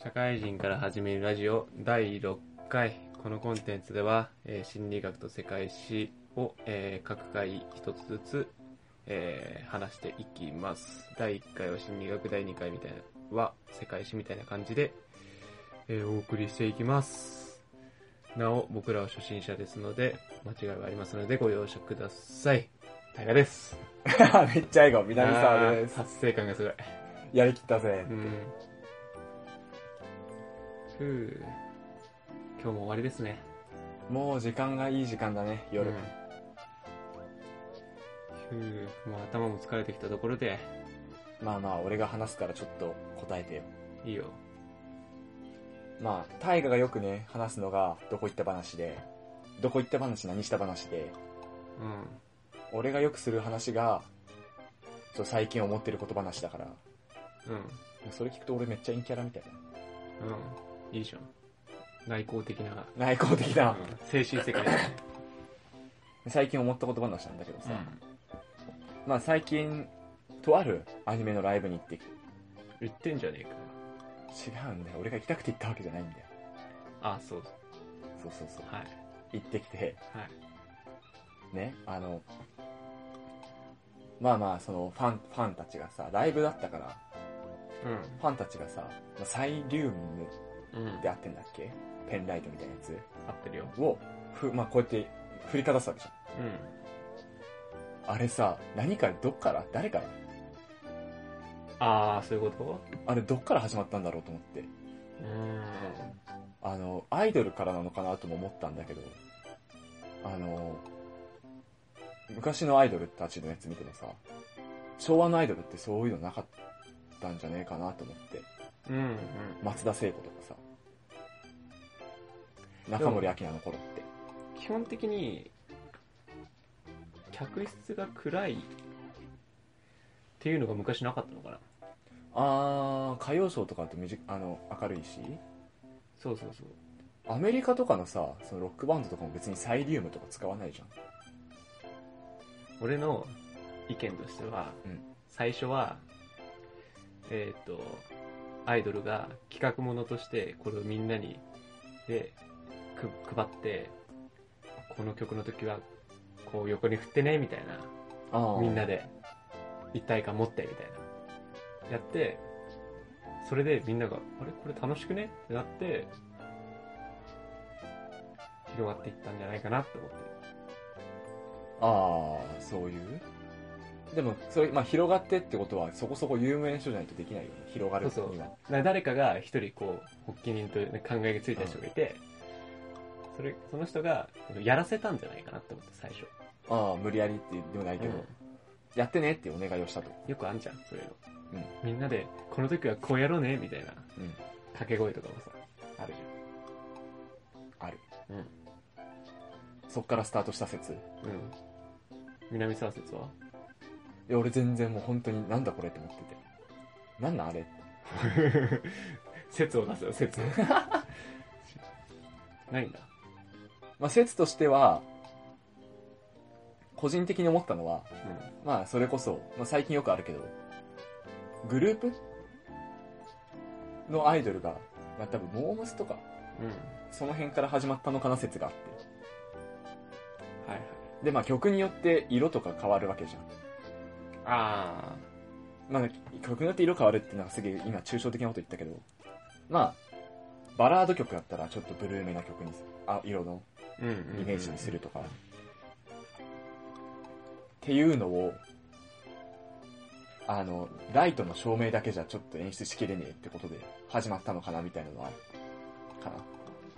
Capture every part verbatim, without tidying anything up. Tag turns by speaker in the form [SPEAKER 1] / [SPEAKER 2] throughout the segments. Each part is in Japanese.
[SPEAKER 1] 社会人から始めるラジオだいろっかい。このコンテンツでは、えー心理学と世界史を、えー各回一つずつ、えー話していきます。だいいっかいは心理学、だいにかいみたいなは世界史みたいな感じで、えーお送りしていきます。なお、僕らは初心者ですので、間違いはありますのでご容赦ください。大河です。
[SPEAKER 2] めっちゃ笑顔、南沢です。
[SPEAKER 1] 達成感がすごい。
[SPEAKER 2] やりきったぜ。
[SPEAKER 1] うん。ふう。今日も終わりですね。
[SPEAKER 2] もう時間がいい時間だね、夜。
[SPEAKER 1] うん、ふう。もう頭も疲れてきたところで。
[SPEAKER 2] まあまあ、俺が話すからちょっと答えてよ。
[SPEAKER 1] いいよ。
[SPEAKER 2] まあ、大河がよくね、話すのが、どこ行った話で、どこ行った話何した話で、
[SPEAKER 1] うん。
[SPEAKER 2] 俺がよくする話が、ちょ最近思ってること話だから、
[SPEAKER 1] うん。
[SPEAKER 2] それ聞くと俺めっちゃ陰キャラみたいな。
[SPEAKER 1] うん。いいじゃん。内向的な。
[SPEAKER 2] 内向的な、
[SPEAKER 1] うん、精神世界だね。
[SPEAKER 2] 最近思ったこと話なんだけどさ、
[SPEAKER 1] うん、
[SPEAKER 2] まあ最近、とあるアニメのライブに行ってきて。
[SPEAKER 1] 言ってんじゃねえか。
[SPEAKER 2] 違うんだよ。俺が行きたくて行ったわけじゃないんだよ。
[SPEAKER 1] あ、そう
[SPEAKER 2] そうそうそう。
[SPEAKER 1] はい。
[SPEAKER 2] 行ってきて、
[SPEAKER 1] はい。
[SPEAKER 2] ね、あの、まあまあ、そのファン、ファンたちがさ、ライブだったから、
[SPEAKER 1] うん。
[SPEAKER 2] ファンたちがさ、まあサイリウム
[SPEAKER 1] うん。
[SPEAKER 2] で合ってんだっけ、ペンライトみたいなやつ
[SPEAKER 1] 合ってるよ。
[SPEAKER 2] を、ふ、まあこうやって振りかざすわけじゃん。
[SPEAKER 1] うん。
[SPEAKER 2] あれさ、何から、どっから誰から
[SPEAKER 1] あー、そういうこ
[SPEAKER 2] あれどっから始まったんだろうと思って。
[SPEAKER 1] と？う
[SPEAKER 2] あの、アイドルからなのかなとも思ったんだけど、あの、昔のアイドルたちのやつ見てもさ、昭和のアイドルってそういうのなかったんじゃねえかなと思って。
[SPEAKER 1] ーん。うん。うん。
[SPEAKER 2] 松田聖子とかさ、中森明菜の頃って。
[SPEAKER 1] 基本的に、客室が暗いっていうのが昔なかったのかな。
[SPEAKER 2] あー、歌謡ショーとかだとみじあの明るいし、
[SPEAKER 1] そうそうそう。
[SPEAKER 2] アメリカとかのさ、そのロックバンドとかも別にサイリウムとか使わないじゃん。
[SPEAKER 1] 俺の意見としては、
[SPEAKER 2] うん、
[SPEAKER 1] 最初はえっ、とアイドルが企画ものとしてこれをみんなにでく配って、この曲の時はこう横に振ってねみたいな、
[SPEAKER 2] あ
[SPEAKER 1] みんなで一体感持ってみたいなやって、それでみんながあれこれ楽しくねってなって広がっていったんじゃないかなって思ってる。
[SPEAKER 2] あー、そういう。でもそれ、まあ、広がってってことはそこそこ有名な人じゃないとできないよね、広がるには。
[SPEAKER 1] そうそう。だから誰かが一人こう発起人という考えがついた人がいて、それその人がやらせたんじゃないかなって思って最初。
[SPEAKER 2] ああ、無理やりってでもないけど、
[SPEAKER 1] うん、
[SPEAKER 2] やってねっていうお願いをしたと。
[SPEAKER 1] よくあんじゃんそういうの。
[SPEAKER 2] うん、
[SPEAKER 1] みんなでこの時はこうやろうねみたいな
[SPEAKER 2] うん、
[SPEAKER 1] 掛け声とかもさあるじ
[SPEAKER 2] ある。
[SPEAKER 1] ゃん。うん。
[SPEAKER 2] そっからスタートした説。
[SPEAKER 1] うん。南沢説は？
[SPEAKER 2] いや俺全然もう本当になんだこれって思ってて、なんなんあれ
[SPEAKER 1] 説を出すよ説を。ないんだ。
[SPEAKER 2] まあ説としては個人的に思ったのは、
[SPEAKER 1] うん。
[SPEAKER 2] まあそれこそ、まあ、最近よくあるけどグループのアイドルが、まあ多分モームスとか
[SPEAKER 1] うん。
[SPEAKER 2] その辺から始まったのかな説があって、
[SPEAKER 1] はいはい。
[SPEAKER 2] でまあ曲によって色とか変わるわけじゃん。
[SPEAKER 1] あ
[SPEAKER 2] まあ曲によって色変わるっていうのはすげえ今抽象的なこと言ったけど、まあバラード曲だったらちょっとブルーめな曲にあ色の
[SPEAKER 1] ー。うんうんうん。
[SPEAKER 2] イメージにするとか、っていうのをあのライトの照明だけじゃちょっと演出しきれねえってことで始まったのかなみたいなのはあるかな。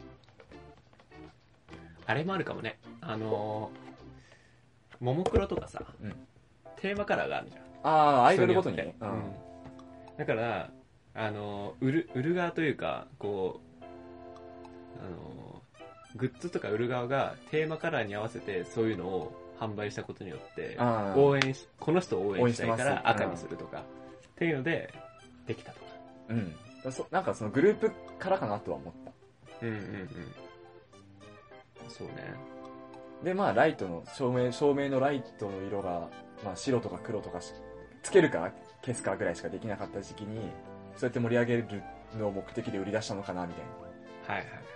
[SPEAKER 1] あれもあるかもね。あのー、ももクロとかさ、
[SPEAKER 2] うん、
[SPEAKER 1] テーマカラーがあるじゃん。
[SPEAKER 2] ああアイドルごとにね、
[SPEAKER 1] うん、だからあの売る売る側というかこうあのグッズとか売る側がテーマカラーに合わせてそういうのを販売したことによって応援しこの人を応援したいから赤にするとかっていうのでできたとか。
[SPEAKER 2] うんだそなんかそのグループからかなとは思った。
[SPEAKER 1] うんうんうん。そうね。
[SPEAKER 2] でまあライトの照明照明のライトの色が、まあ、白とか黒とかしつけるか消すかぐらいしかできなかった時期にそうやって盛り上げるの目的で売り出したのかなみたい
[SPEAKER 1] はいはいはいはいはい。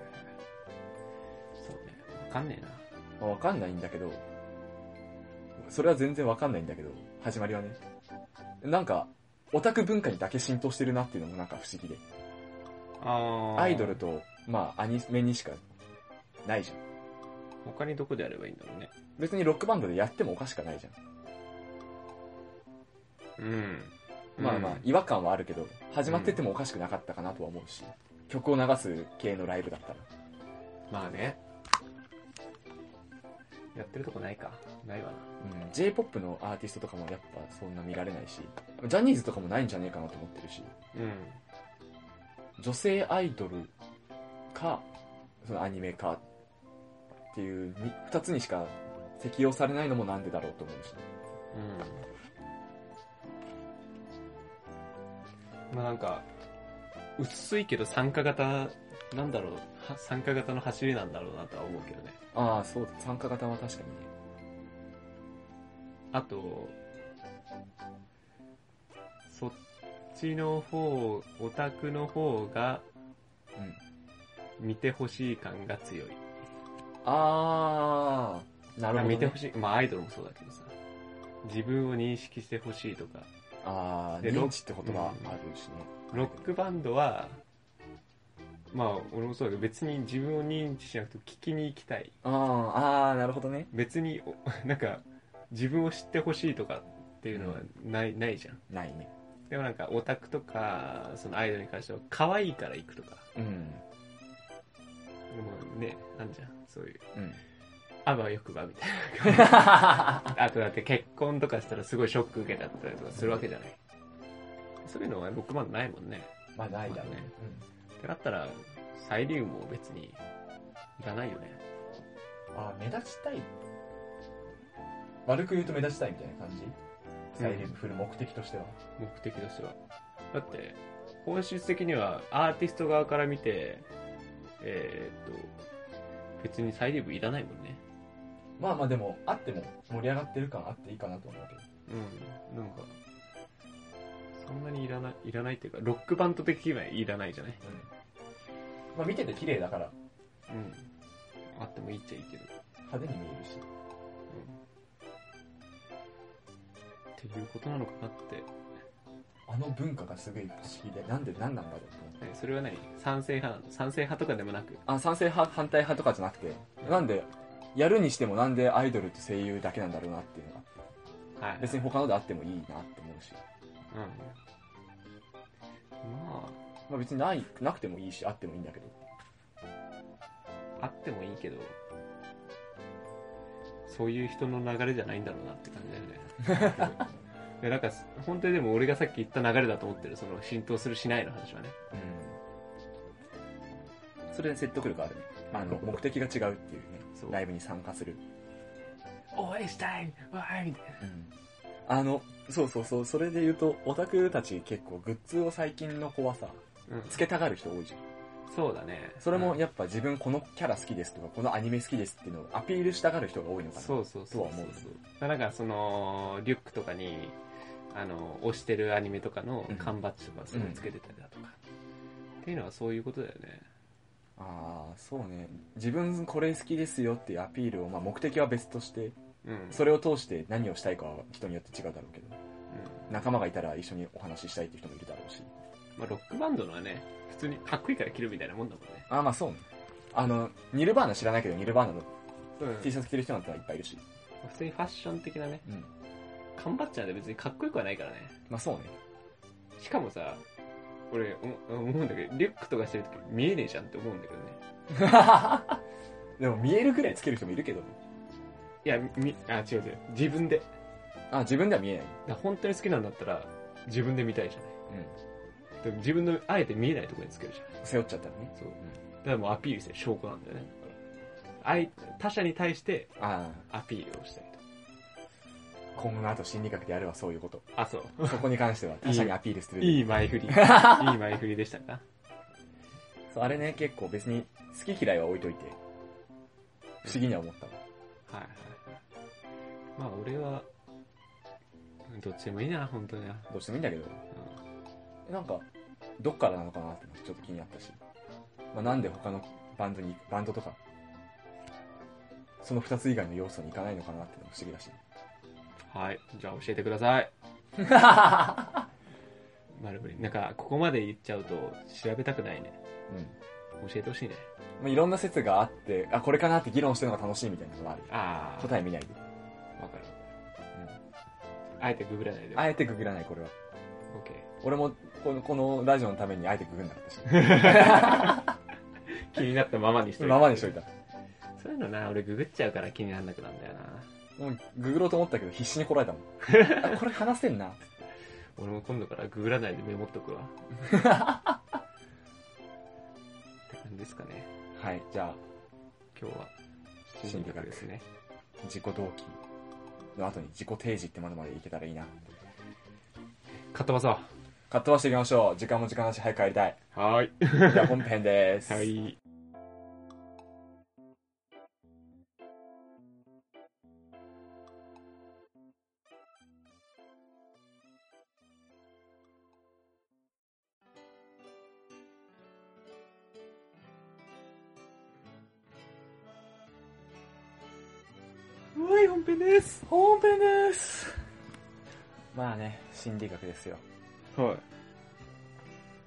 [SPEAKER 1] そうね。わかんねえな。
[SPEAKER 2] な。まあ、わかんないんだけど、それは全然わかんないんだけど、始まりはね。なんか、オタク文化にだけ浸透してるなっていうのもなんか不思議で。
[SPEAKER 1] あー。
[SPEAKER 2] アイドルと、まあ、アニメにしかないじゃん。
[SPEAKER 1] 他にどこでやればいいんだろうね。
[SPEAKER 2] 別にロックバンドでやってもおかしくないじゃん。
[SPEAKER 1] うん。
[SPEAKER 2] まあまあ、違和感はあるけど、始まっててもおかしくなかったかなとは思うし、曲を流す系のライブだったら。
[SPEAKER 1] まあね。やってるとこないか。ないわな。
[SPEAKER 2] うん、J-ポップ のアーティストとかもやっぱそんな見られないし、ジャニーズとかもないんじゃねえかなと思ってるし、
[SPEAKER 1] うん。
[SPEAKER 2] 女性アイドルか、そのアニメかっていうに二つにしか適用されないのもなんでだろうと思うし。
[SPEAKER 1] うん。まあなんか、薄いけど参加型、なんだろう、は参加型の走りなんだろうなとは思うけどね。
[SPEAKER 2] ああ、そうだ、参加型は確かにね。
[SPEAKER 1] あと、そっちの方、オタクの方が
[SPEAKER 2] うん。
[SPEAKER 1] 見てほしい感が強い。
[SPEAKER 2] ああ、なるほど、ね。
[SPEAKER 1] 見てほしい。まあアイドルもそうだけどさ。自分を認識してほしいとか。
[SPEAKER 2] ああ、
[SPEAKER 1] で
[SPEAKER 2] 認知って言葉あるしね。
[SPEAKER 1] ロックバンドは、まあ俺もそうだけど別に自分を認知しなくて聞きに行きたい。
[SPEAKER 2] ああ、ああ、なるほどね。
[SPEAKER 1] 別に、おなんか、自分を知ってほしいとかっていうのはない、うん、ないじゃん。
[SPEAKER 2] ないね。
[SPEAKER 1] でもなんかオタクとか、そのアイドルに関しては可愛いから行くとか。
[SPEAKER 2] うん。
[SPEAKER 1] でもね、あんじゃん。そういう。
[SPEAKER 2] うん。
[SPEAKER 1] あばよくばみたいな。あとだって結婚とかしたらすごいショック受けちゃったりとかするわけじゃない。そういうのはロックバンドないもんね。
[SPEAKER 2] まあないだろうね。
[SPEAKER 1] ってなったら、サイリウムも別にいらないよね。
[SPEAKER 2] ああ、目立ちたい。悪く言うと目立ちたいみたいな感じ、サイリウム振る目的としては。
[SPEAKER 1] 目的としては。だって、本質的にはアーティスト側から見て、えー、っと、別にサイリウムいらないもんね。
[SPEAKER 2] まあまあでも、あっても盛り上がってる感あっていいかなと思うけど。
[SPEAKER 1] うん、なんか、そんなにいらない、いらないっていうか、ロックバンド的にはいらないじゃない。
[SPEAKER 2] うん。まあ見てて綺麗だから。
[SPEAKER 1] うん。あってもいいっちゃいいけど。
[SPEAKER 2] 派手に見えるし。
[SPEAKER 1] うん。っていうことなのかなって。
[SPEAKER 2] あの文化がすごい不思議で、なんで何なんだろうと思って。
[SPEAKER 1] それは何？賛成派なの？賛成派とかでもなく。
[SPEAKER 2] あ、賛成派、反対派とかじゃなくて、うん、なんで、やるにしてもなんでアイドルって声優だけなんだろうなっていうのが。はい。別に他のであってもいいなって思うし。
[SPEAKER 1] うん。まあ。
[SPEAKER 2] まあ別にない、なくてもいいし、あってもいいんだけど。
[SPEAKER 1] あってもいいけど、そういう人の流れじゃないんだろうなって感じだよね。いやなんか本当にでも俺がさっき言った流れだと思ってる、その浸透するしないの話はね。
[SPEAKER 2] うん。それで説得力あるね。あの、目的が違うっていうね。そう。ライブに参加する。
[SPEAKER 1] 応援したいわーいみたいな。
[SPEAKER 2] うん。あの、そうそうそう、それで言うと、オタクたち結構グッズを最近の子はさ、うん、つけたがる人多いじゃん。
[SPEAKER 1] そうだね。
[SPEAKER 2] それもやっぱ自分このキャラ好きですとか、このアニメ好きですっていうのをアピールしたがる人が多いのかな。
[SPEAKER 1] そうそうそう。
[SPEAKER 2] とは思う。
[SPEAKER 1] なんかその、リュックとかに、あの、推してるアニメとかの缶バッジとかすごいつけてたりだとか、うん。っていうのはそういうことだよね。
[SPEAKER 2] ああ、そうね。自分これ好きですよっていうアピールを、まあ目的は別として、
[SPEAKER 1] うん、
[SPEAKER 2] それを通して何をしたいかは人によって違うだろうけど、うん、仲間がいたら一緒にお話ししたいっていう人もいるだろうし。
[SPEAKER 1] まあロックバンドのはね、普通にかっこいいから着るみたいなもんだもんね。
[SPEAKER 2] ああ、まあそうね。あの、ニルバーナ知らないけど、ニルバーナの T シャツ着てる人なんてのはいっぱいいるし。
[SPEAKER 1] うん、普通にファッション的なね。
[SPEAKER 2] うん。
[SPEAKER 1] 缶バッジなんて別にかっこよくはないからね。
[SPEAKER 2] まあそうね。
[SPEAKER 1] しかもさ、俺思うんだけど、リュックとかしてるとき見えねえじゃんって思うんだけどね。
[SPEAKER 2] でも見えるくらいつける人もいるけどね。
[SPEAKER 1] いや、み、あ、違う違う。自分で。
[SPEAKER 2] あ、自分では見えない。
[SPEAKER 1] だ本当に好きなんだったら、自分で見たいじゃない。うん。でも自分の、あえて見えないところにつけるじゃん。
[SPEAKER 2] 背負っちゃったらね。
[SPEAKER 1] そう。うん、だからもうアピールしてる証拠なんだよね。あい、他者に対してアピールをしたりと。
[SPEAKER 2] 今後心理学でやればそういうこと。
[SPEAKER 1] あ、そう。
[SPEAKER 2] そこに関しては他者にアピールする。
[SPEAKER 1] いい前振り。いい前振りでしたか。
[SPEAKER 2] そう、あれね、結構別に好き嫌いは置いといて、不思議には思ったわ。
[SPEAKER 1] はいはいはい。まあ俺は、どっちでもいいな、本当にな。
[SPEAKER 2] どっちでもいいんだけど。うん、なんか、 どっからなのかなってちょっと気になったし、まあ、なんで他のバンドに、バンドとか、その二つ以外の要素に行かないのかなってのも不思議だし。
[SPEAKER 1] はい。じゃあ教えてください。丸ぶり。なんか、ここまで言っちゃうと調べたくないね。うん。教えてほしいね。
[SPEAKER 2] まあ、いろんな説があって、あ、これかなって議論してるのが楽しいみたいなのがある。
[SPEAKER 1] ああ。
[SPEAKER 2] 答え見ないで。
[SPEAKER 1] わかる。うん。あえてググらないで。
[SPEAKER 2] あえてググらない、これは。
[SPEAKER 1] オッケー。
[SPEAKER 2] 俺も、この、このラジオのためにあえてググんなかったし。
[SPEAKER 1] 気になったままにしといた。
[SPEAKER 2] ままにしといた。
[SPEAKER 1] そういうのな、俺ググっちゃうから気にならなくなるんだよな。
[SPEAKER 2] もうググろうと思ったけど必死にこらえたもん。あ、これ話せんな。
[SPEAKER 1] 俺も今度からググらないでメモっとくわ。って感じですかね。
[SPEAKER 2] はい、じゃあ、
[SPEAKER 1] 今日は心理学ですね。
[SPEAKER 2] 自己動機の後に自己提示ってものまでいけたらいいな。
[SPEAKER 1] かっ飛ばそう。
[SPEAKER 2] かっ飛ばしていきましょう。時間も時間だし早く帰りたい。
[SPEAKER 1] はーい。
[SPEAKER 2] じゃあ本編です。
[SPEAKER 1] はい。はい、本編です。
[SPEAKER 2] 本編です。まあね、心理学ですよ。
[SPEAKER 1] はい。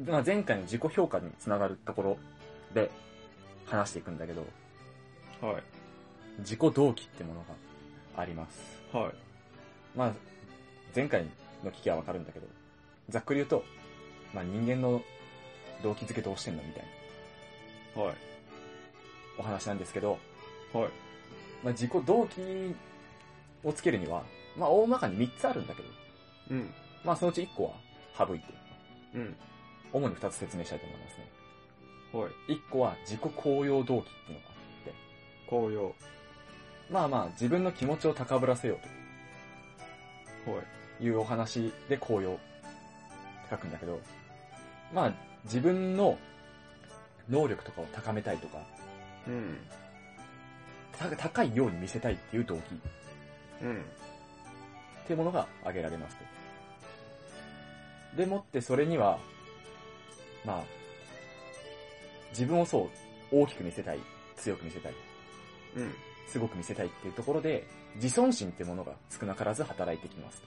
[SPEAKER 2] まあ、前回の自己評価につながるところで話していくんだけど、
[SPEAKER 1] はい。
[SPEAKER 2] 自己動機ってものがあります。
[SPEAKER 1] はい。
[SPEAKER 2] まあ、前回の聞きはわかるんだけど、ざっくり言うと、まあ人間の動機づけどうしてんのみたいな。
[SPEAKER 1] はい。
[SPEAKER 2] お話なんですけど、
[SPEAKER 1] はい。
[SPEAKER 2] まあ自己動機をつけるには、まあ大まかにみっつあるんだけど、
[SPEAKER 1] うん。
[SPEAKER 2] まあそのうちいっこは省いて、
[SPEAKER 1] うん。
[SPEAKER 2] 主にふたつ説明したいと思いますね。
[SPEAKER 1] はい。
[SPEAKER 2] いっこは自己高揚動機っていうのがあって、
[SPEAKER 1] 高揚。
[SPEAKER 2] まあまあ自分の気持ちを高ぶらせよう
[SPEAKER 1] はい。
[SPEAKER 2] というお話で高揚って書くんだけど、まあ自分の能力とかを高めたいとか、
[SPEAKER 1] うん。
[SPEAKER 2] た高いように見せたいっていう動機っ
[SPEAKER 1] うん。
[SPEAKER 2] ていうものが挙げられますと。でもってそれには、まあ、自分をそう大きく見せたい、強く見せたい、
[SPEAKER 1] うん。
[SPEAKER 2] すごく見せたいっていうところで、自尊心ってものが少なからず働いてきます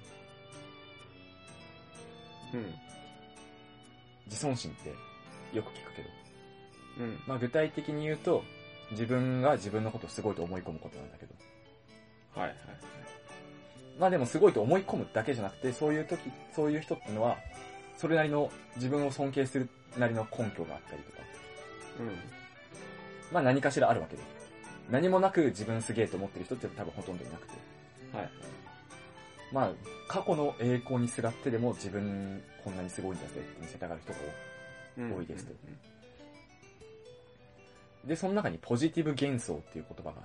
[SPEAKER 2] と。
[SPEAKER 1] うん。
[SPEAKER 2] 自尊心ってよく聞くけど、
[SPEAKER 1] うん。
[SPEAKER 2] まあ具体的に言うと、自分が自分のことをすごいと思い込むことなんだけど、
[SPEAKER 1] はいはい。
[SPEAKER 2] まあでもすごいと思い込むだけじゃなくて、そういう時、そういう人ってのは、それなりの自分を尊敬するなりの根拠があったりとか、
[SPEAKER 1] うん。
[SPEAKER 2] まあ何かしらあるわけで。何もなく自分すげえと思ってる人って多分ほとんどいなくて。
[SPEAKER 1] はい。
[SPEAKER 2] まあ、過去の栄光にすがってでも自分こんなにすごいんだぜって見せたがる人が多いですと。で、その中にポジティブ幻想っていう言葉があって、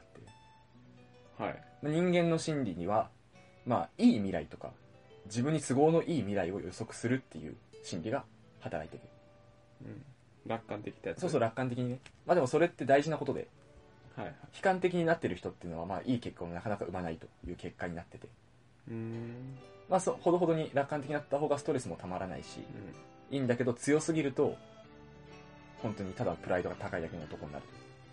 [SPEAKER 1] はい。
[SPEAKER 2] 人間の心理には、まあ、いい未来とか、自分に都合のいい未来を予測するっていう心理が働いてる。
[SPEAKER 1] うん。楽観的ってやつ。
[SPEAKER 2] そうそう、楽観的にね。まあでもそれって大事なことで、
[SPEAKER 1] はいはい。
[SPEAKER 2] 悲観的になってる人っていうのは、まあいい結果をなかなか生まないという結果になってて。
[SPEAKER 1] うーん。
[SPEAKER 2] まあそ、ほどほどに楽観的になった方がストレスもたまらないし、
[SPEAKER 1] うん。
[SPEAKER 2] いいんだけど強すぎると、本当にただプライドが高いだけの男になる。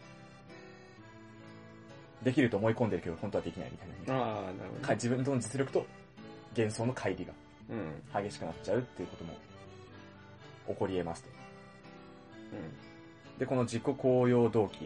[SPEAKER 2] できると思い込んでるけど本当はできないみたいな、ね。
[SPEAKER 1] ああ、なるほど、
[SPEAKER 2] ね。自分との実力と幻想の乖離が
[SPEAKER 1] うん。
[SPEAKER 2] 激しくなっちゃうっていうことも起こり得ますと。
[SPEAKER 1] うん。
[SPEAKER 2] で、この自己高揚動機、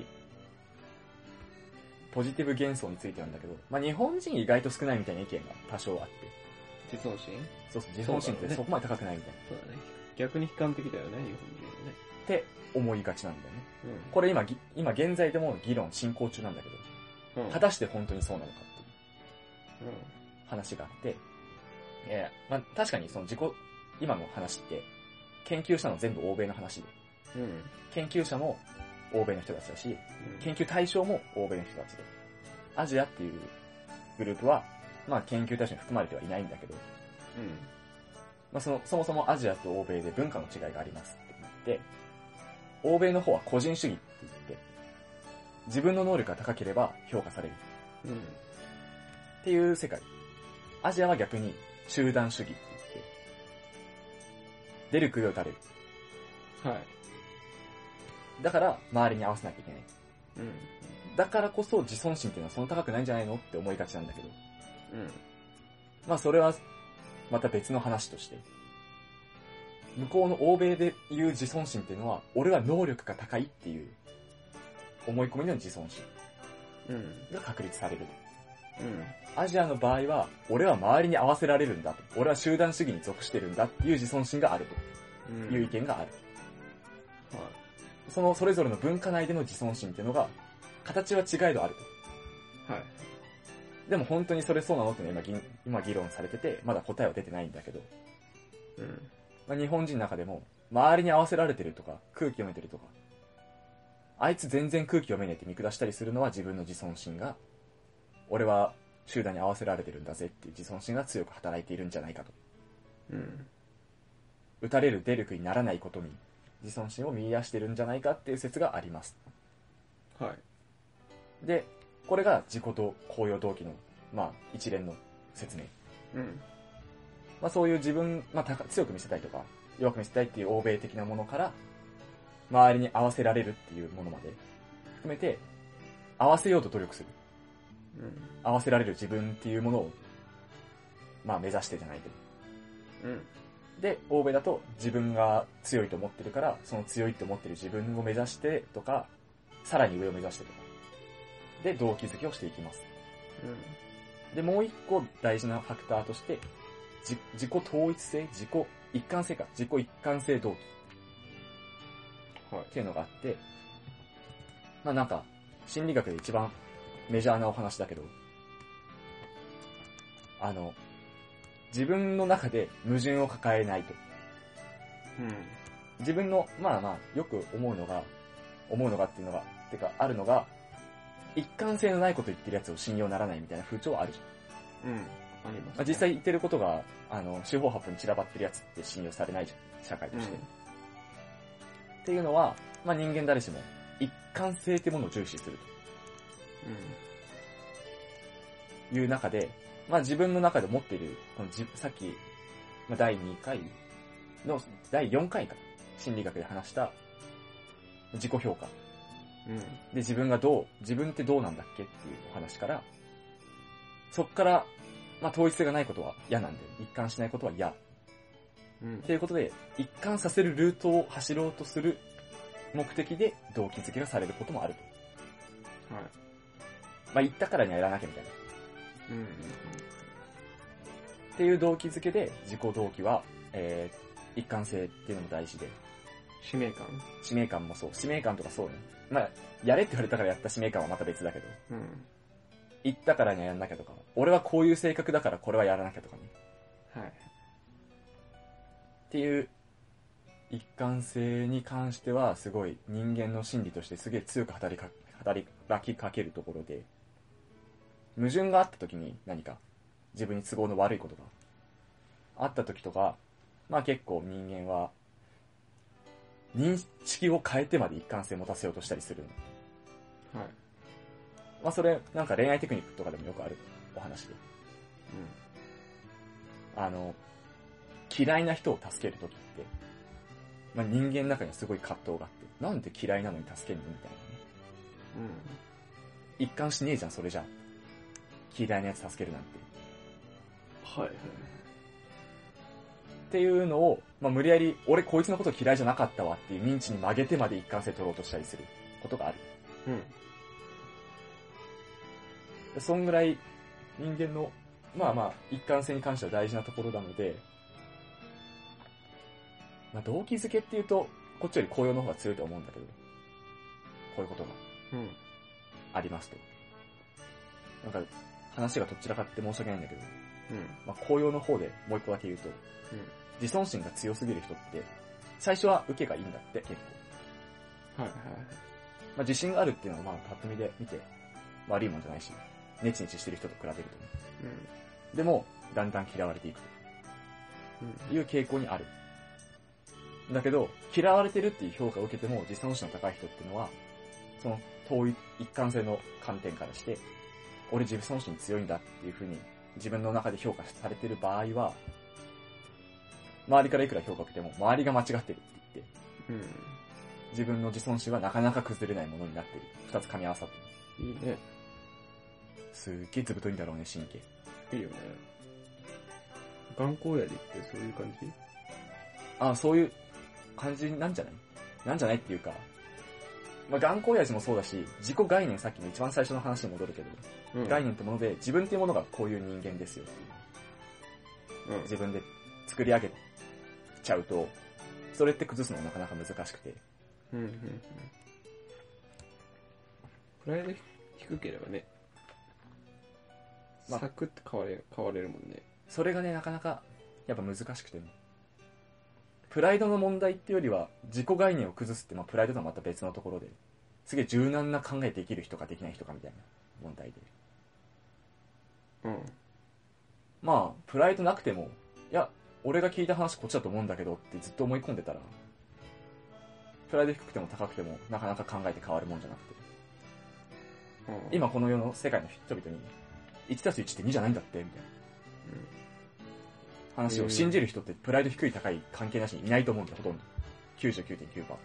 [SPEAKER 2] ポジティブ幻想についてなんだけど、まあ日本人意外と少ないみたいな意見が多少あって。
[SPEAKER 1] 自尊心
[SPEAKER 2] そうそう、自尊心ってそこまで高くないみたいな。
[SPEAKER 1] そうだね。逆に悲観的だよね、日本人はね。
[SPEAKER 2] って思いがちなんだよね。
[SPEAKER 1] うん。
[SPEAKER 2] これ今、今現在でも議論進行中なんだけど、
[SPEAKER 1] うん、
[SPEAKER 2] 果たして本当にそうなのかっていう
[SPEAKER 1] うん。
[SPEAKER 2] 話があって、えー、まあ確かにその自己、今の話って、研究したの全部欧米の話で、
[SPEAKER 1] うん。
[SPEAKER 2] 研究者も欧米の人たちだし、
[SPEAKER 1] うん、
[SPEAKER 2] 研究対象も欧米の人たちで、アジアっていうグループは、まあ研究対象に含まれてはいないんだけど、
[SPEAKER 1] うん。
[SPEAKER 2] まあその、そもそもアジアと欧米で文化の違いがありますって言って、欧米の方は個人主義って言って、自分の能力が高ければ評価される。
[SPEAKER 1] うん。
[SPEAKER 2] っていう世界。アジアは逆に集団主義って言って、出る杭を打たれる。
[SPEAKER 1] はい。
[SPEAKER 2] だから、周りに合わせなきゃいけない。
[SPEAKER 1] うん。
[SPEAKER 2] だからこそ自尊心っていうのはそんな高くないんじゃないのって思いがちなんだけど。
[SPEAKER 1] うん。
[SPEAKER 2] まあそれは、また別の話として。向こうの欧米で言う自尊心っていうのは、俺は能力が高いっていう思い込みの自尊心
[SPEAKER 1] うん。
[SPEAKER 2] が確立される。
[SPEAKER 1] うん。
[SPEAKER 2] アジアの場合は、俺は周りに合わせられるんだと。俺は集団主義に属してるんだっていう自尊心がある
[SPEAKER 1] うん。
[SPEAKER 2] という意見がある。
[SPEAKER 1] は
[SPEAKER 2] そのそれぞれの文化内での自尊心っていうのが、形は違えどあると。
[SPEAKER 1] い。はい。
[SPEAKER 2] でも本当にそれそうなのってね、今議、今議論されてて、まだ答えは出てないんだけど、
[SPEAKER 1] うん。
[SPEAKER 2] まあ、日本人の中でも、周りに合わせられてるとか、空気読めてるとか、あいつ全然空気読めねえって見下したりするのは自分の自尊心が、俺は集団に合わせられてるんだぜっていう自尊心が強く働いているんじゃないかと。
[SPEAKER 1] うん。
[SPEAKER 2] 打たれる出力にならないことに自尊心を見出してるんじゃないかっていう説があります。
[SPEAKER 1] はい。
[SPEAKER 2] で、これが自己と高揚動機の、まあ、一連の説明。
[SPEAKER 1] うん。
[SPEAKER 2] まあそういう自分、まあ高強く見せたいとか、弱く見せたいっていう欧米的なものから、周りに合わせられるっていうものまで、含めて、合わせようと努力する。
[SPEAKER 1] うん。
[SPEAKER 2] 合わせられる自分っていうものを、まあ目指してじゃないけど。
[SPEAKER 1] うん。
[SPEAKER 2] で、欧米だと自分が強いと思ってるから、その強いと思ってる自分を目指してとか、さらに上を目指してとか。で、動機づけをしていきます。
[SPEAKER 1] うん。
[SPEAKER 2] で、もう一個大事なファクターとして、自自己統一性、自己一貫性か、自己一貫性動機
[SPEAKER 1] はい。
[SPEAKER 2] っていうのがあって、まあなんか、心理学で一番メジャーなお話だけど、あの、自分の中で矛盾を抱えないと。
[SPEAKER 1] うん。
[SPEAKER 2] 自分の、まあまあ、よく思うのが、思うのがっていうのが、てか、あるのが、一貫性のないこと言ってるやつを信用ならないみたいな風潮はあるじゃん。
[SPEAKER 1] うん。あります、ね。
[SPEAKER 2] まあ、実際言ってることが、あの、四方八方に散らばってるやつって信用されないじゃん。社会として。
[SPEAKER 1] うん
[SPEAKER 2] っていうのは、まあ人間誰しも、一貫性ってものを重視するという中で、まあ自分の中で持っている、このじさっき、まあ、だいにかいの、だいよんかいか、心理学で話した、自己評価。
[SPEAKER 1] うん。
[SPEAKER 2] で、自分がどう、自分ってどうなんだっけっていうお話から、そっから、まあ統一性がないことは嫌なんで、一貫しないことは嫌。
[SPEAKER 1] うん。
[SPEAKER 2] ということで、一貫させるルートを走ろうとする目的で動機づけがされることもあると。
[SPEAKER 1] はい。
[SPEAKER 2] まあ言ったからにはやらなきゃみたいな。
[SPEAKER 1] うん。
[SPEAKER 2] っていう動機づけで、自己動機は、えー、一貫性っていうのも大事で、
[SPEAKER 1] 使命感。
[SPEAKER 2] 使命感もそう。使命感とかそうね。まあ、やれって言われたからやった使命感はまた別だけど、
[SPEAKER 1] うん。
[SPEAKER 2] 言ったからにはやらなきゃとか、俺はこういう性格だからこれはやらなきゃとかね。
[SPEAKER 1] はい。
[SPEAKER 2] っていう一貫性に関してはすごい人間の心理としてすげえ強く働きか働きかけるところで、矛盾があった時に何か自分に都合の悪いことがあった時とか、まあ結構人間は認識を変えてまで一貫性を持たせようとしたりする。
[SPEAKER 1] はい。
[SPEAKER 2] まあそれなんか恋愛テクニックとかでもよくあるお話で、あの嫌いな人を助けるときって、まあ、人間の中にはすごい葛藤があって、なんで嫌いなのに助けるのみたいなね。
[SPEAKER 1] うん。
[SPEAKER 2] 一貫しねえじゃん、それじゃ。嫌いなやつ助けるなんて。
[SPEAKER 1] はい。はい。
[SPEAKER 2] っていうのを、まあ、無理やり、俺こいつのこと嫌いじゃなかったわっていう認知に曲げてまで一貫性取ろうとしたりすることがある。
[SPEAKER 1] うん。
[SPEAKER 2] そんぐらい人間の、まあまあ、一貫性に関しては大事なところなので、まあ、動機づけっていうと、こっちより高揚の方が強いと思うんだけど、こういうことが
[SPEAKER 1] うん。
[SPEAKER 2] ありますと。なんか、話がとっちらかって申し訳ないんだけど、
[SPEAKER 1] うん。
[SPEAKER 2] まあ、高揚の方でもう一個だけ言うと、
[SPEAKER 1] うん。
[SPEAKER 2] 自尊心が強すぎる人って、最初は受けがいいんだって、結構。
[SPEAKER 1] はい。はい。
[SPEAKER 2] まあ、自信があるっていうのは、まあ、パッと見で見て、悪いもんじゃないし、ネチネチしてる人と比べるとね。
[SPEAKER 1] うん。
[SPEAKER 2] でも、だんだん嫌われていく
[SPEAKER 1] うん。
[SPEAKER 2] という傾向にある。だけど、嫌われてるっていう評価を受けても、自尊心の高い人っていうのは、その、統一、一貫性の観点からして、俺自尊心強いんだっていう風に、自分の中で評価されてる場合は、周りからいくら評価を受けても、周りが間違ってるって言って、
[SPEAKER 1] うん。
[SPEAKER 2] 自分の自尊心はなかなか崩れないものになっている。二つ噛み合わさってる。
[SPEAKER 1] いいね。
[SPEAKER 2] すっげえずぶといんだろうね、神経。
[SPEAKER 1] いいよね。頑固親父ってそういう感じ？
[SPEAKER 2] あ、そういう感じなんじゃないなんじゃないっていうか、まあ、頑固親父もそうだし、自己概念、さっきの一番最初の話に戻るけど、
[SPEAKER 1] うん。
[SPEAKER 2] 概念ってもので、自分っていうものがこういう人間ですよっていう。
[SPEAKER 1] うん。
[SPEAKER 2] 自分で作り上げちゃうと、それって崩すのはなかなか難しくて。
[SPEAKER 1] うん。うん。うん。プライド低ければね、
[SPEAKER 2] まあ
[SPEAKER 1] サクッと変われ、変われるもんね。
[SPEAKER 2] それがね、なかなか、やっぱ難しくてね。プライドの問題っていうよりは、自己概念を崩すって、まあ、プライドとはまた別のところで、すげえ柔軟な考えできる人かできない人かみたいな問題で。
[SPEAKER 1] うん。
[SPEAKER 2] まあ、プライドなくても、いや、俺が聞いた話こっちだと思うんだけどってずっと思い込んでたら、プライド低くても高くても、なかなか考えて変わるもんじゃなくて。
[SPEAKER 1] うん、
[SPEAKER 2] 今この世の世界の人々に、いちたすいちってにじゃないんだって、みたいな。話を信じる人ってプライド低い高い関係なしにいないと思うんだよ、ほとんど。きゅうじゅうきゅうてんきゅうパーセン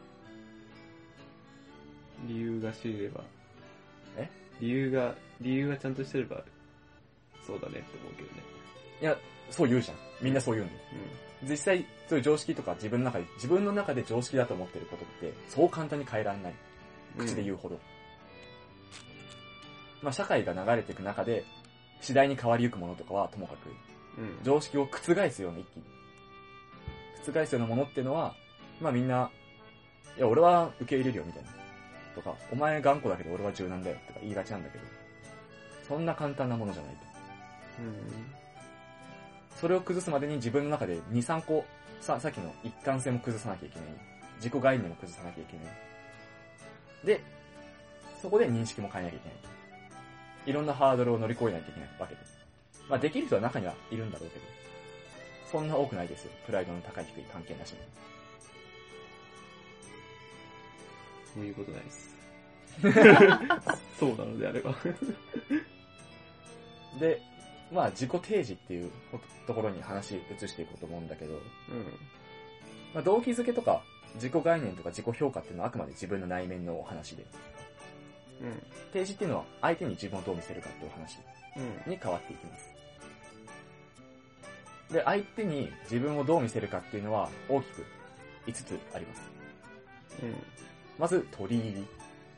[SPEAKER 2] ト。
[SPEAKER 1] 理由が知れれば。
[SPEAKER 2] え
[SPEAKER 1] 理由が、理由がちゃんとしてれば、そうだねって思うけどね。
[SPEAKER 2] いや、そう言うじゃん。みんなそう言うんだよ。実際、そういう常識とか自分の中で、自分の中で常識だと思ってることって、そう簡単に変えられない。口で言うほど。うん、まあ社会が流れていく中で、次第に変わりゆくものとかはともかく、
[SPEAKER 1] うん。
[SPEAKER 2] 常識を覆すような一気に。覆すようなものっていうのは、まあみんな、いや俺は受け入れるよみたいな。とか、お前頑固だけど俺は柔軟だよとか言いがちなんだけど、そんな簡単なものじゃないと。
[SPEAKER 1] うん。
[SPEAKER 2] それを崩すまでに自分の中でに、さんこ、さ、さっきの一貫性も崩さなきゃいけない。自己概念も崩さなきゃいけない。で、そこで認識も変えなきゃいけない。いろんなハードルを乗り越えないといけないわけです。まあできる人は中にはいるんだろうけど、そんな多くないですよ。プライドの高い低い関係なしに。
[SPEAKER 1] そういうことないです。そうなのであれば。
[SPEAKER 2] で、まあ自己提示っていうところに話移していこうと思うんだけど、
[SPEAKER 1] うん。
[SPEAKER 2] まあ動機づけとか自己概念とか自己評価っていうのはあくまで自分の内面のお話で、
[SPEAKER 1] うん。
[SPEAKER 2] 提示っていうのは相手に自分をどう見せるかっていうお話
[SPEAKER 1] うん。
[SPEAKER 2] に変わっていきます。で、相手に自分をどう見せるかっていうのは大きくいつつあります。
[SPEAKER 1] うん。
[SPEAKER 2] まず、取り入り。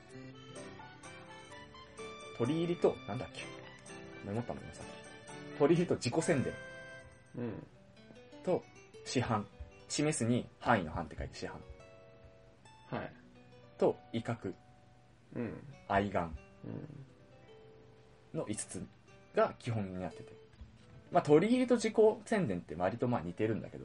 [SPEAKER 2] 取り入りと、なんだっけメモったのよ、さっき。取り入りと自己宣伝
[SPEAKER 1] うん。
[SPEAKER 2] と市販。示すに範囲の範って書いて市販。
[SPEAKER 1] はい。
[SPEAKER 2] と威嚇、
[SPEAKER 1] うん。
[SPEAKER 2] 愛願
[SPEAKER 1] うん。
[SPEAKER 2] のいつつが基本になってて。まあ、取り入りと自己宣伝って割とまあ似てるんだけど、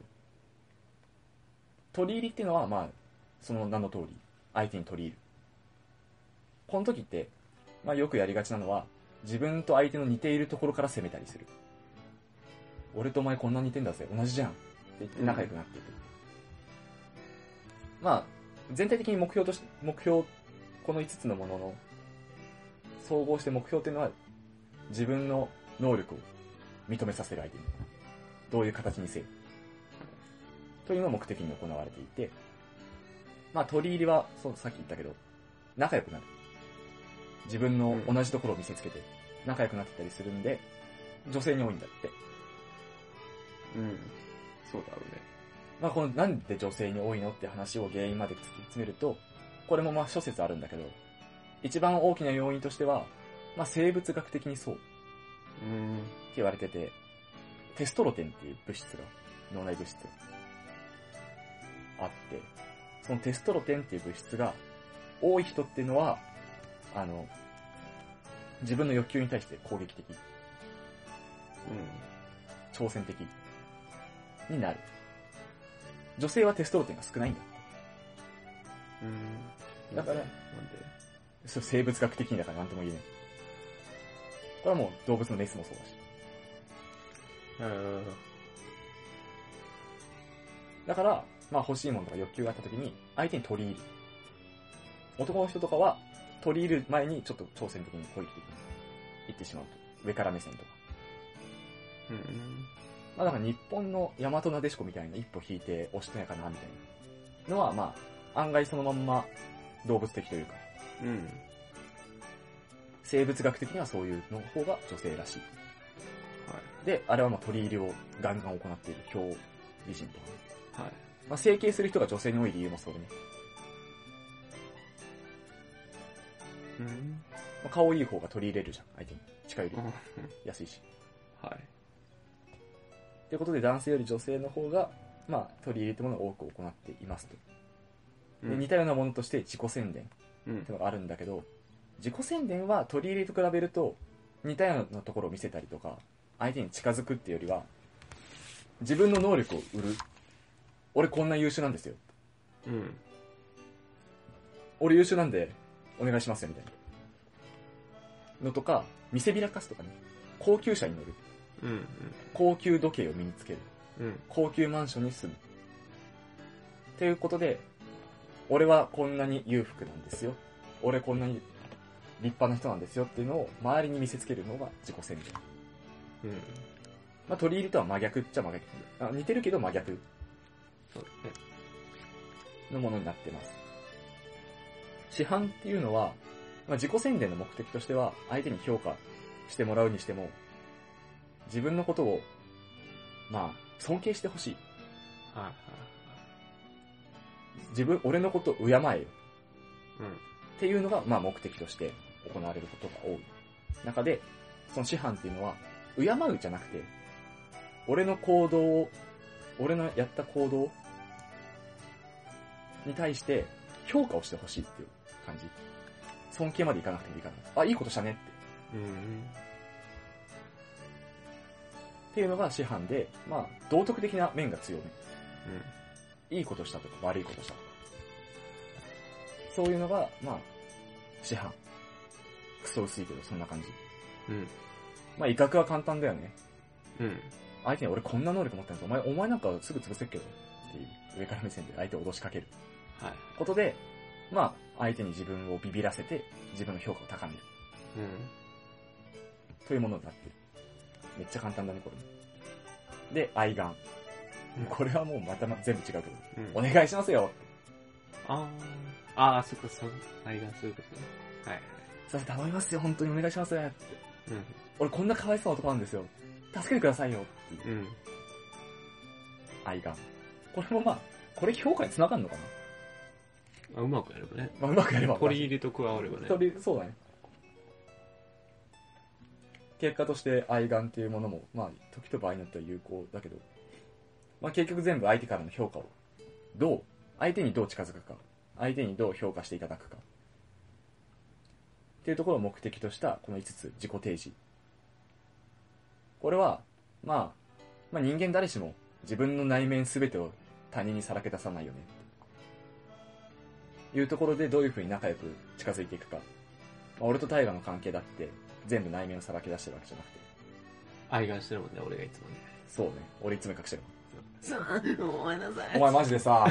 [SPEAKER 2] 取り入りっていうのはまあ、その名の通り、相手に取り入る。この時って、まあよくやりがちなのは、自分と相手の似ているところから攻めたりする。俺とお前こんな似てんだぜ、同じじゃんって言って仲良くなっていく。うん、まあ、全体的に目標とし、目標、このいつつのものの、総合して目標っていうのは、自分の能力を認めさせる相手に。どういう形にせよ。というのを目的に行われていて、まあ取り入りは、そう、さっき言ったけど、仲良くなる。自分の同じところを見せつけて、仲良くなってたりするんで、女性に多いんだって。
[SPEAKER 1] うん。そうだろうね。
[SPEAKER 2] まあこのなんで女性に多いのって話を原因まで突き詰めると、これもまあ諸説あるんだけど、一番大きな要因としては、まあ生物学的にそう。
[SPEAKER 1] うん。
[SPEAKER 2] って言われてて、テストロテンっていう物質が、脳内物質があって、そのテストロテンっていう物質が多い人っていうのは、あの、自分の欲求に対して攻撃的、
[SPEAKER 1] うん。
[SPEAKER 2] 挑戦的になる。女性はテストロテンが少ないんだ。
[SPEAKER 1] うん。
[SPEAKER 2] だから
[SPEAKER 1] なんで
[SPEAKER 2] そう生物学的にだからなんとも言えない。これはもう動物のメスもそうだし。
[SPEAKER 1] うん。
[SPEAKER 2] だから、まあ欲しいものとか欲求があった時に、相手に取り入る。男の人とかは、取り入る前にちょっと挑戦的に攻撃的に行ってしまうと。上から目線とか。
[SPEAKER 1] うん。
[SPEAKER 2] まあだから日本の大和なでしこみたいな一歩引いておしとやかなみたいなのは、まあ、案外そのまんま動物的というか、
[SPEAKER 1] うん。
[SPEAKER 2] 生物学的にはそういうの方が女性らしい。
[SPEAKER 1] は
[SPEAKER 2] で、あれはまあ取り入れをガンガン行っている表美人とかね。
[SPEAKER 1] い。はい。
[SPEAKER 2] まあ、整形する人が女性に多い理由もそれね。
[SPEAKER 1] うん。
[SPEAKER 2] まあ、顔いい方が取り入れるじゃん、相手に。近寄り安いし。
[SPEAKER 1] はい。
[SPEAKER 2] ってことで男性より女性の方が、まあ、取り入れたものを多く行っていますと。で、
[SPEAKER 1] うん
[SPEAKER 2] 似たようなものとして自己宣伝っ
[SPEAKER 1] うん
[SPEAKER 2] てのがあるんだけど、自己宣伝は取り入れと比べると、似たようなところを見せたりとか、相手に近づくっていうよりは、自分の能力を売る。俺こんな優秀なんですよ。
[SPEAKER 1] うん。
[SPEAKER 2] 俺優秀なんで、お願いしますよ、みたいな。のとか、見せびらかすとかね。高級車に乗る。
[SPEAKER 1] うん
[SPEAKER 2] 高級時計を身につける。
[SPEAKER 1] うんうん
[SPEAKER 2] 高級マンションに住む。っていうことで、俺はこんなに裕福なんですよ。俺こんなに立派な人なんですよっていうのを周りに見せつけるのが自己宣伝。
[SPEAKER 1] うん。
[SPEAKER 2] まあ、取り入れとは真逆っちゃ真逆。あ、似てるけど真逆
[SPEAKER 1] そうですね。
[SPEAKER 2] のものになってます。市販っていうのは、まあ、自己宣伝の目的としては、相手に評価してもらうにしても、自分のことを、まあ、尊敬してほしい。
[SPEAKER 1] はいはい
[SPEAKER 2] 自分、俺のことを敬えよ。
[SPEAKER 1] はい。うん。
[SPEAKER 2] っていうのが、まあ、目的として行われることが多い。中で、その師範っていうのは、敬うじゃなくて、俺の行動を、俺のやった行動に対して評価をしてほしいっていう感じ。尊敬までいかなくてもいいかな。あ、いいことしたねって。
[SPEAKER 1] うんうん。
[SPEAKER 2] っていうのが師範で、まあ、道徳的な面が強め。いいことしたとか悪いことしたとか。そういうのが、まあ、師範。クソ薄いけど、そんな感じ。
[SPEAKER 1] うん。
[SPEAKER 2] まあ、威嚇は簡単だよね。
[SPEAKER 1] うん。
[SPEAKER 2] 相手に俺こんな能力持ってるんだお前、お前なんかすぐ潰せっけど。っていう上から目線で相手を脅しかける。
[SPEAKER 1] はい。
[SPEAKER 2] ことで、まあ、相手に自分をビビらせて、自分の評価を高める。
[SPEAKER 1] うん。
[SPEAKER 2] というものになってる。めっちゃ簡単だね、これ。で、愛玩。これはもうまた全部違うけど。
[SPEAKER 1] うん。
[SPEAKER 2] お願いしますよ。
[SPEAKER 1] ああ。ああ、そっか、そう。ありがそういうことね。はいはい。
[SPEAKER 2] それ頼みますよ、本当にお願いしますって。
[SPEAKER 1] うん。
[SPEAKER 2] 俺こんな可哀想な男なんですよ。助けてくださいよ。っていう
[SPEAKER 1] うん。
[SPEAKER 2] 愛玩。これもまあ、これ評価に繋がるのかな、
[SPEAKER 1] あ、うまくやればね。
[SPEAKER 2] まあ、うまくやれば。
[SPEAKER 1] 取り入れと加わればね。
[SPEAKER 2] 取り、そうだね。結果として愛玩っていうものも、まあ、時と場合によっては有効だけど、まあ結局全部相手からの評価を、どう、相手にどう近づくか、相手にどう評価していただくか、っていうところを目的としたこのいつつ、自己提示。これは、まあ、まあ人間誰しも自分の内面すべてを他人にさらけ出さないよね。いうところでどういう風に仲良く近づいていくか。まあ、俺と大河の関係だって全部内面をさらけ出してるわけじゃなくて。
[SPEAKER 1] 愛がしてるもんね、俺がいつもね。
[SPEAKER 2] そうね。俺いつも隠してる
[SPEAKER 1] さあ、ごめんなさい。
[SPEAKER 2] お前マジでさ。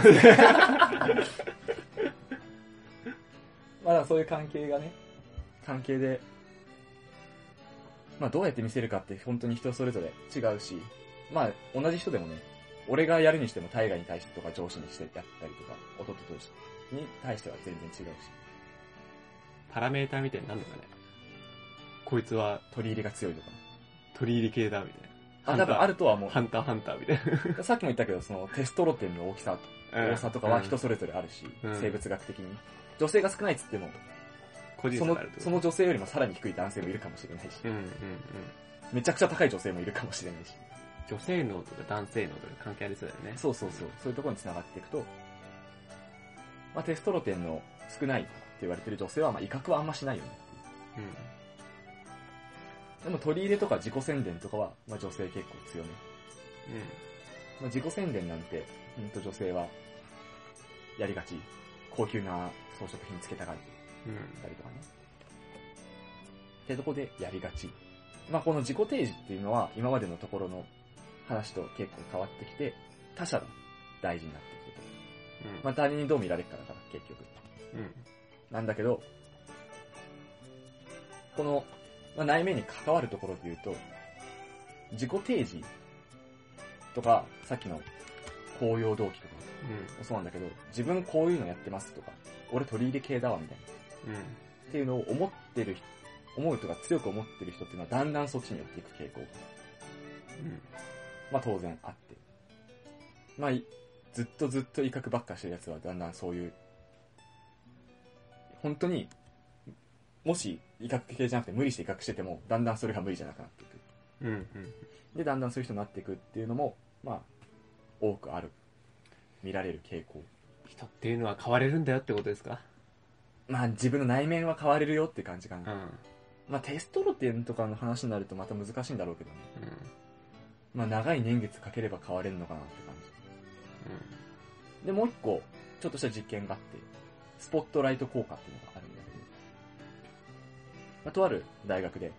[SPEAKER 2] まあだからそういう関係がね、関係で、まあどうやって見せるかって本当に人それぞれ違うし、まあ同じ人でもね、俺がやるにしても大河に対してとか上司にしてやったりとか、弟同士に対しては全然違うし。
[SPEAKER 1] パラメーターみたいになるのかね。こいつは
[SPEAKER 2] 取り入れが強いとか。
[SPEAKER 1] 取り入れ系だみたいな。
[SPEAKER 2] あ、多分あるとは思う。
[SPEAKER 1] ハンターハンターみたいな。
[SPEAKER 2] さっきも言ったけど、そのテストロテンの大きさ、多さとかは人それぞれあるし、
[SPEAKER 1] うん、
[SPEAKER 2] 生物学的に。女性が少ないっつっても、
[SPEAKER 1] 個人
[SPEAKER 2] その
[SPEAKER 1] 差があるってこと
[SPEAKER 2] その女性よりもさらに低い男性もいるかもしれないし、
[SPEAKER 1] うんうんうん。
[SPEAKER 2] めちゃくちゃ高い女性もいるかもしれないし。
[SPEAKER 1] 女性能とか男性能とか関係ありそうだよね。
[SPEAKER 2] そうそうそう。そういうところに繋がっていくと、まあ、テストロテンの少ないって言われてる女性は、まあ、威嚇はあんましないよねっていう。でも取り入れとか自己宣伝とかは、まあ、女性結構強め。
[SPEAKER 1] うん。うん。
[SPEAKER 2] まあ、自己宣伝なんて、ほんと女性は、やりがち。高級な装飾品つけたがり。
[SPEAKER 1] うん。
[SPEAKER 2] たりとかね。ってとこでやりがち。まあこの自己提示っていうのは今までのところの話と結構変わってきて、他者が大事になってきてて。
[SPEAKER 1] うん。
[SPEAKER 2] まあ他人にどう見られるかだから結局。
[SPEAKER 1] うん。
[SPEAKER 2] なんだけど、この、まあ、内面に関わるところで言うと、自己提示とか、さっきの公用動機とかもそうなんだけど、自分こういうのやってますとか、俺取り入れ系だわみたいな。
[SPEAKER 1] うん。うん。
[SPEAKER 2] っていうのを思ってる、思うとか強く思ってる人っていうのはだんだんそっちに寄っていく傾向が、
[SPEAKER 1] うん。
[SPEAKER 2] まあ当然あって。まあ、ずっとずっと威嚇ばっかしてるやつはだんだんそういう、本当に、もし威嚇系じゃなくて無理して威嚇してても、だんだんそれが無理じゃなくなっていく。
[SPEAKER 1] うん。うん。
[SPEAKER 2] で、だんだんそういう人になっていくっていうのも、まあ、多くある。見られる傾向。
[SPEAKER 1] 人っていうのは変われるんだよってことですか？
[SPEAKER 2] まあ自分の内面は変われるよって感じかな。
[SPEAKER 1] うん。
[SPEAKER 2] まあテストロテンとかの話になるとまた難しいんだろうけどね。
[SPEAKER 1] うん。
[SPEAKER 2] まあ長い年月かければ変われるのかなって感じ。で、もう一個、ちょっとした実験があって、スポットライト効果っていうのがあるんだけど、まあ、とある大学で、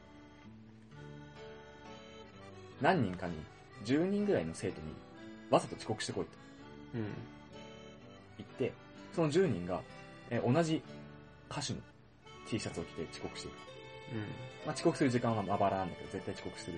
[SPEAKER 2] 何人かに、じゅうにんぐらいの生徒に、わざと遅刻してこいと
[SPEAKER 1] うん。
[SPEAKER 2] 言って、そのじゅうにんが、え同じ歌手の T シャツを着て遅刻していく。
[SPEAKER 1] うん。
[SPEAKER 2] まあ、遅刻する時間はまばらなんだけど、絶対遅刻する。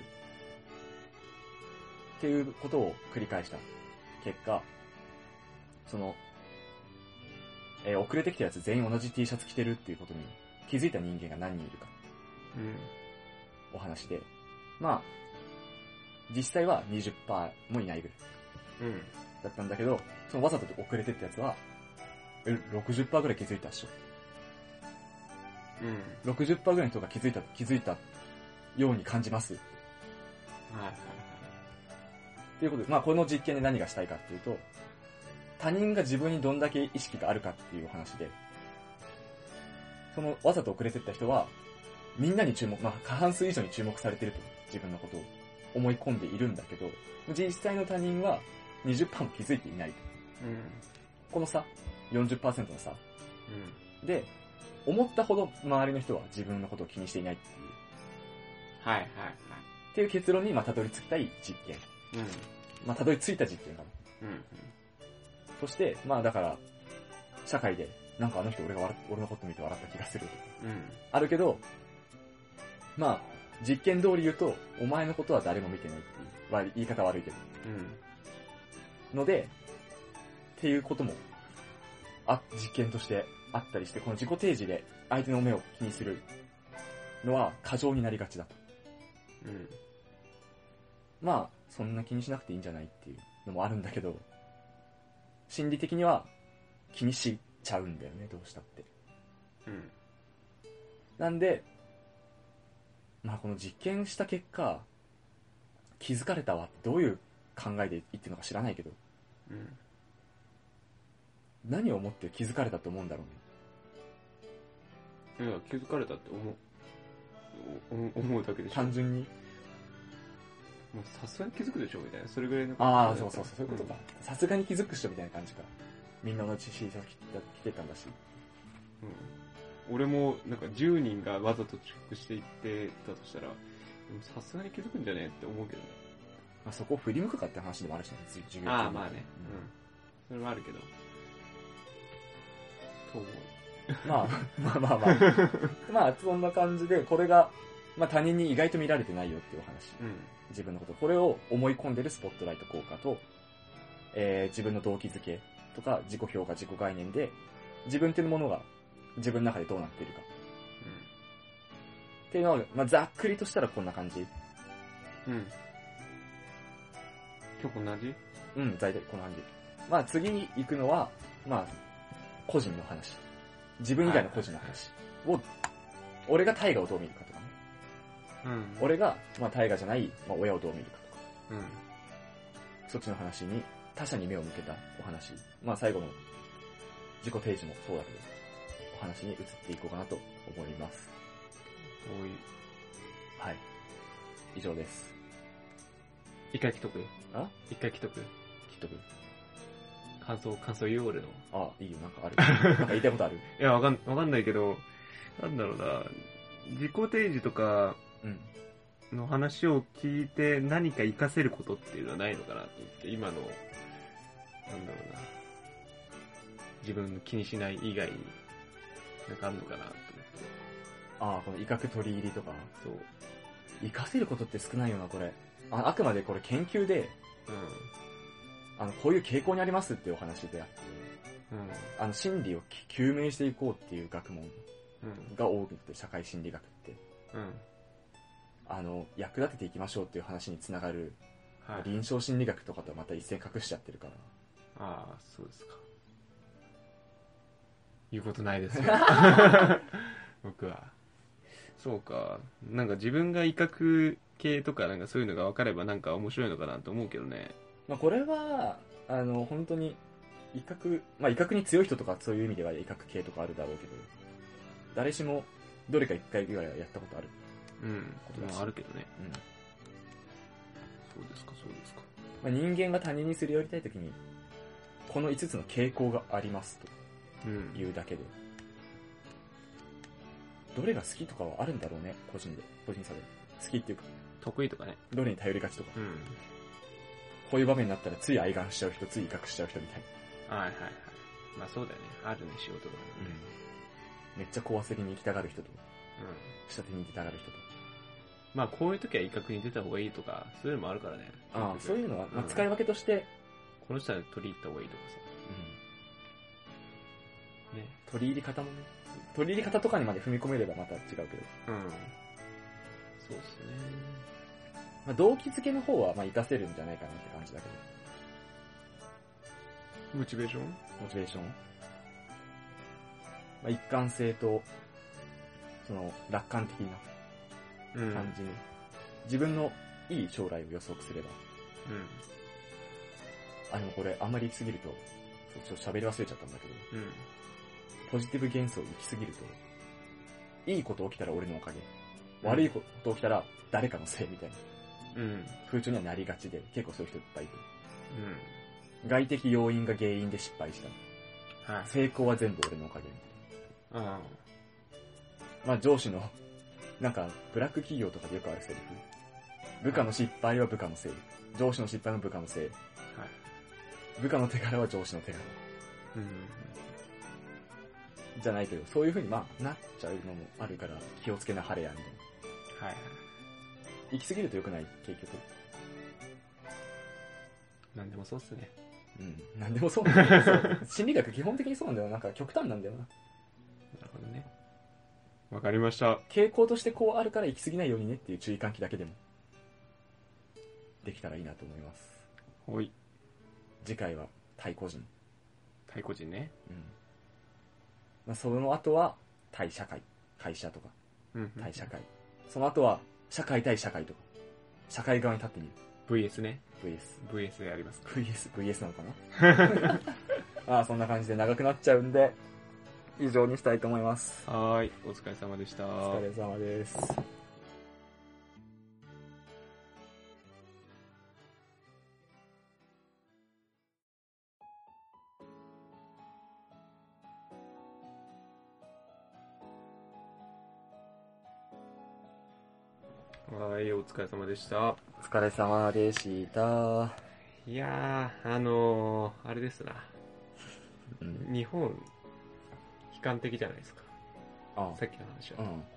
[SPEAKER 2] っていうことを繰り返した結果、その、えー遅れてきたやつ全員同じ T シャツ着てるっていうことに気づいた人間が何人いるか、
[SPEAKER 1] うん。
[SPEAKER 2] お話で、まあ、実際は にじゅっパーセント もいないぐらい
[SPEAKER 1] うん。
[SPEAKER 2] だったんだけど、そのわざと遅れてったやつは、え、ろくじゅっパーセント ぐらい気づいたっしょ。
[SPEAKER 1] うん。
[SPEAKER 2] ろくじゅっパーセント ぐらいの人が気づいた、気づいたように感じます。
[SPEAKER 1] はいはい
[SPEAKER 2] っていうことで、まあこの実験で何がしたいかっていうと、他人が自分にどんだけ意識があるかっていうお話で、そのわざと遅れてった人は、みんなに注目、まあ過半数以上に注目されてると、自分のことを思い込んでいるんだけど、実際の他人は にじゅっパーセント も気づいていないと。
[SPEAKER 1] はい。うん。
[SPEAKER 2] この差、よんじゅっパーセントの差。
[SPEAKER 1] うん。
[SPEAKER 2] で、思ったほど周りの人は自分のことを気にしていないっていう、
[SPEAKER 1] はいはいはい。
[SPEAKER 2] っていう結論にまあたどり着きたい実験。
[SPEAKER 1] うん。
[SPEAKER 2] まあたどり着いた実験かな。
[SPEAKER 1] うん。
[SPEAKER 2] そして、まあだから、社会で、なんかあの人俺が笑っ俺のこと見て笑った気がする。
[SPEAKER 1] うん。
[SPEAKER 2] あるけど、まあ、実験通り言うと、お前のことは誰も見てないっていう、悪い言い方悪いけど。
[SPEAKER 1] うん。
[SPEAKER 2] ので、っていうことも、あ、実験としてあったりして、この自己提示で相手の目を気にするのは過剰になりがちだと。
[SPEAKER 1] うん。
[SPEAKER 2] まあ、そんな気にしなくていいんじゃないっていうのもあるんだけど、心理的には気にしちゃうんだよね、どうしたって。
[SPEAKER 1] うん。
[SPEAKER 2] なんで、まあこの実験した結果、気づかれたわってどういう考えで言ってるのか知らないけど、
[SPEAKER 1] うん。
[SPEAKER 2] 何を思って気づかれたと思うんだろうね。
[SPEAKER 1] いや、気づかれたって思う、お思うだけでしょ。
[SPEAKER 2] 単純に。
[SPEAKER 1] もうさすがに気づくでしょみたいな。それぐらいの
[SPEAKER 2] ああ、そうそうそう、そういうことか。さすがに気づくっしょみたいな感じか。みんな同じ T シャツ着てたんだし。
[SPEAKER 1] うん。俺も、なんかじゅうにんがわざと遅刻していってたとしたら、さすがに気づくんじゃねって思うけどね。
[SPEAKER 2] まあそこを振り向くかって話でもあるしね、授業中に
[SPEAKER 1] ああ、まあね。うん。それはあるけど。と思う。
[SPEAKER 2] まあ、まあまあまあ。まあ、そんな感じで、これが、まあ他人に意外と見られてないよっていうお話。
[SPEAKER 1] うん。
[SPEAKER 2] 自分のこと。これを思い込んでるスポットライト効果と、えー、自分の動機づけとか自己評価、自己概念で、自分っていうものが自分の中でどうなっているか。っていうのは、まあ、ざっくりとしたらこんな感じ。
[SPEAKER 1] うん。うん。今日同じ
[SPEAKER 2] うん、大体こんな感じ。まあ次に行くのは、まあ、個人の話。自分以外の個人の話を、俺が大河をどう見るかとかね。
[SPEAKER 1] うん。
[SPEAKER 2] 俺が、まあ大河じゃない、まあ親をどう見るかとか。
[SPEAKER 1] うん。
[SPEAKER 2] そっちの話に、他者に目を向けたお話。まあ最後の自己提示もそうだけど、お話に移っていこうかなと思います。
[SPEAKER 1] 多い。
[SPEAKER 2] はい。以上です。
[SPEAKER 1] 一回来とく
[SPEAKER 2] あ
[SPEAKER 1] 一回来とく
[SPEAKER 2] 切っとく
[SPEAKER 1] 感想、感想言う俺の。
[SPEAKER 2] あ、いいよ、なんかある。なんか言いたいことある
[SPEAKER 1] いや、わかん、わかんないけど、なんだろうな、自己提示とか
[SPEAKER 2] うん。
[SPEAKER 1] の話を聞いて何か活かせることっていうのはないのかなと思って、今の、なんだろうな、自分の気にしない以外に、なんかあんのかなと思って。
[SPEAKER 2] ああ、この威嚇取り入りとか。
[SPEAKER 1] そう。
[SPEAKER 2] 活かせることって少ないよな、これ。ああくまでこれ研究で、
[SPEAKER 1] うん。
[SPEAKER 2] あの、こういう傾向にありますっていうお話であって、
[SPEAKER 1] うん。
[SPEAKER 2] あの、心理を究明していこうっていう学問
[SPEAKER 1] うん。
[SPEAKER 2] が多くて、社会心理学って。
[SPEAKER 1] うん。
[SPEAKER 2] あの、役立てていきましょうっていう話につながる、
[SPEAKER 1] はい。
[SPEAKER 2] 臨床心理学とかとはまた一線隠しちゃってるから。
[SPEAKER 1] ああ、そうですか。言うことないですよ。僕は。そうか。なんか自分が威嚇系とかなんかそういうのが分かればなんか面白いのかなと思うけどね。
[SPEAKER 2] まあ、これは、あの、本当に、威嚇、まあ、威嚇に強い人とかそういう意味では威嚇系とかあるだろうけど、誰しも、どれか一回ぐらいはやったことある。
[SPEAKER 1] うん。
[SPEAKER 2] ことだし
[SPEAKER 1] まああるけどね。
[SPEAKER 2] うん。
[SPEAKER 1] そうですか、そうですか。
[SPEAKER 2] まあ、人間が他人にすり寄りたいときに、このいつつの傾向があります
[SPEAKER 1] うん。
[SPEAKER 2] というだけで、どれが好きとかはあるんだろうね、個人で。個人差で。好きっていうか、
[SPEAKER 1] 得意とかね。
[SPEAKER 2] どれに頼りがちとか。
[SPEAKER 1] うん。
[SPEAKER 2] こういう場面になったらつい愛願しちゃう人、つい威嚇しちゃう人みたいな。
[SPEAKER 1] はいはいはい。まあそうだよね。あるね、仕事があるね。
[SPEAKER 2] めっちゃ小焦りに行きたがる人と、
[SPEAKER 1] うん。
[SPEAKER 2] 下手に行きたがる人と。
[SPEAKER 1] まあこういう時は威嚇に出た方がいいとか、そういうのもあるからね。
[SPEAKER 2] ああ、そういうのは、まあ、
[SPEAKER 1] うん
[SPEAKER 2] 使い分けとして、
[SPEAKER 1] この人は取り入った方がいいとかさ。ね。
[SPEAKER 2] 取り入り方もね、取り入り方とかにまで踏み込めればまた違うけど、
[SPEAKER 1] うん。そうっすね。
[SPEAKER 2] まあ、動機づけの方はまあ活かせるんじゃないかなって感じだけど、
[SPEAKER 1] モチベーション
[SPEAKER 2] モチベーション、まあ、一貫性と、その、楽観的な
[SPEAKER 1] うん。
[SPEAKER 2] 感じに、自分のいい将来を予測すれば、
[SPEAKER 1] うん。
[SPEAKER 2] あ、でもこれあんまり行き過ぎると、ちょっと喋り忘れちゃったんだけど、
[SPEAKER 1] うん。
[SPEAKER 2] ポジティブ幻想行き過ぎると、いいこと起きたら俺のおかげ、悪いこと起きたら誰かのせいみたいな
[SPEAKER 1] うん。
[SPEAKER 2] 風潮にはなりがちで、結構そういう人いっぱいいる。
[SPEAKER 1] うん。
[SPEAKER 2] 外的要因が原因で失敗した。
[SPEAKER 1] はい。
[SPEAKER 2] 成功は全部俺のおかげみたいな。
[SPEAKER 1] あ
[SPEAKER 2] まあ上司の、なんか、ブラック企業とかでよくあるセリフ。部下の失敗は部下のせい。上司の失敗も部下のせい。
[SPEAKER 1] あ。はい。
[SPEAKER 2] 部下の手柄は上司の手柄。
[SPEAKER 1] うん。
[SPEAKER 2] じゃないけど、そういう風にまあ、なっちゃうのもあるから、気をつけなはれや、みたいな。
[SPEAKER 1] はいはい。
[SPEAKER 2] 行き過ぎると良くない、結局。
[SPEAKER 1] なんでもそうっすね。
[SPEAKER 2] うん。なんでもそうなんだよ。そう心理学基本的にそうなんだよ。なんか極端なんだよな。
[SPEAKER 1] なるほどね。わかりました。
[SPEAKER 2] 傾向としてこうあるから行き過ぎないようにねっていう注意喚起だけでも、できたらいいなと思います。
[SPEAKER 1] ほい。
[SPEAKER 2] 次回は対個人。
[SPEAKER 1] 対個人ね。
[SPEAKER 2] うん。まあ、その後は対社会。会社とか。
[SPEAKER 1] うん。
[SPEAKER 2] 対社会。その後は社会対社会とか。社会側に立ってみる。
[SPEAKER 1] ブイエス ね。
[SPEAKER 2] ブイエス。
[SPEAKER 1] ブイエス でやりますか。
[SPEAKER 2] ブイエス、ブイエス なのかなまあそんな感じで長くなっちゃうんで、以上にしたいと思います。
[SPEAKER 1] はーい。お疲れ様でした。
[SPEAKER 2] お疲れ様です。
[SPEAKER 1] はーい。お疲れ様でした。
[SPEAKER 2] お疲れ様でした。
[SPEAKER 1] いやー、あのー、あれですな。
[SPEAKER 2] うん。
[SPEAKER 1] 日本、悲観的じゃないですか。
[SPEAKER 2] あ
[SPEAKER 1] さっきの話は。
[SPEAKER 2] うん。
[SPEAKER 1] 悲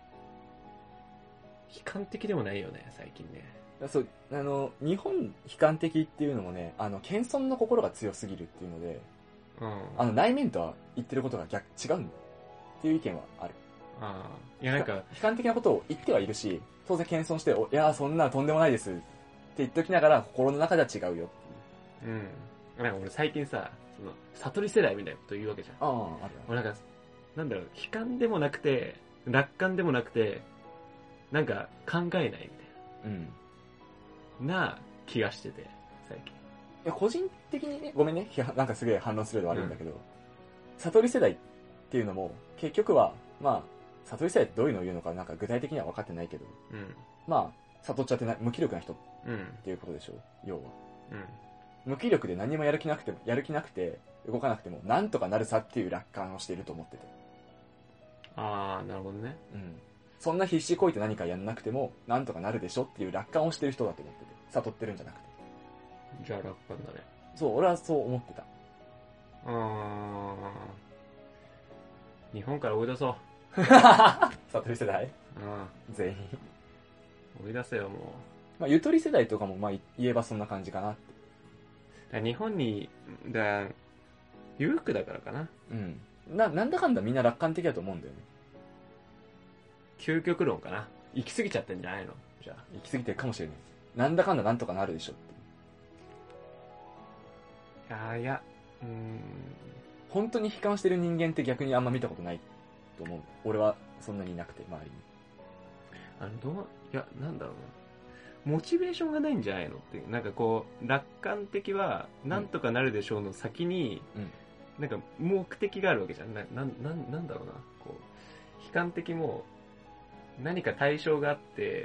[SPEAKER 1] 観的でもないよね、最近ね。
[SPEAKER 2] そう、あの、日本悲観的っていうのもね、あの、謙遜の心が強すぎるっていうので、
[SPEAKER 1] うん。
[SPEAKER 2] あの、内面とは言ってることが逆、違うんっていう意見はある。
[SPEAKER 1] あーいや、なんか、
[SPEAKER 2] 悲観的なことを言ってはいるし、当然謙遜して、おいやーそんなとんでもないですって言っておきながら、心の中では違うよっていう。
[SPEAKER 1] うん。なんか俺最近さ、その、悟り世代みたいなこと言うわけじゃん。
[SPEAKER 2] ああ、ある
[SPEAKER 1] 俺なんか、なんだろう、悲観でもなくて、楽観でもなくて、なんか考えないみたい
[SPEAKER 2] うん。
[SPEAKER 1] な、な気がしてて、最近。
[SPEAKER 2] いや、個人的にね、ごめんね、批判なんかすげえ反論するの悪いんだけど、悟り世代っていうのも、結局は、まあ、悟り世代ってどういうのを言うのか、なんか具体的には分かってないけど、
[SPEAKER 1] うん。
[SPEAKER 2] まあ、悟っちゃってない、無気力な人っ
[SPEAKER 1] うん。
[SPEAKER 2] ていうことでしょう、要は。
[SPEAKER 1] うん。
[SPEAKER 2] 無気力で何もやる気なくても、やる気なくて、動かなくても、なんとかなるさっていう楽観をしていると思ってて。
[SPEAKER 1] あー、なるほどね。
[SPEAKER 2] うん。そんな必死こいて何かやんなくても、なんとかなるでしょっていう楽観をしてる人だと思ってて。悟ってるんじゃなくて。
[SPEAKER 1] じゃあ楽観だね。
[SPEAKER 2] そう、俺はそう思ってた。
[SPEAKER 1] あー、日本から追い出そう。
[SPEAKER 2] 悟り世代
[SPEAKER 1] うん。
[SPEAKER 2] 全員。
[SPEAKER 1] 追い出せよ、も
[SPEAKER 2] まあ、ゆとり世代とかも、まあ、言えばそんな感じかなって。
[SPEAKER 1] ら日本に、だ裕福だからかな。
[SPEAKER 2] うんななんだかんだみんな楽観的だと思うんだよね。
[SPEAKER 1] 究極論かな。行き過ぎちゃってんじゃないのじゃあ。
[SPEAKER 2] 行き過ぎてるかもしれない。なんだかんだなんとかなるでしょっていう。
[SPEAKER 1] いやいや、うーん。
[SPEAKER 2] 本当に悲観してる人間って逆にあんま見たことないと思う。俺はそんなにいなくて、周りに。
[SPEAKER 1] あの、どう、いや、なんだろうな。モチベーションがないんじゃないのっていう。なんかこう、楽観的は、なんとかなるでしょうの先に、
[SPEAKER 2] うん
[SPEAKER 1] なんか目的があるわけじゃん。な、なん、なんなんだろうな。こう、悲観的も、何か対象があって、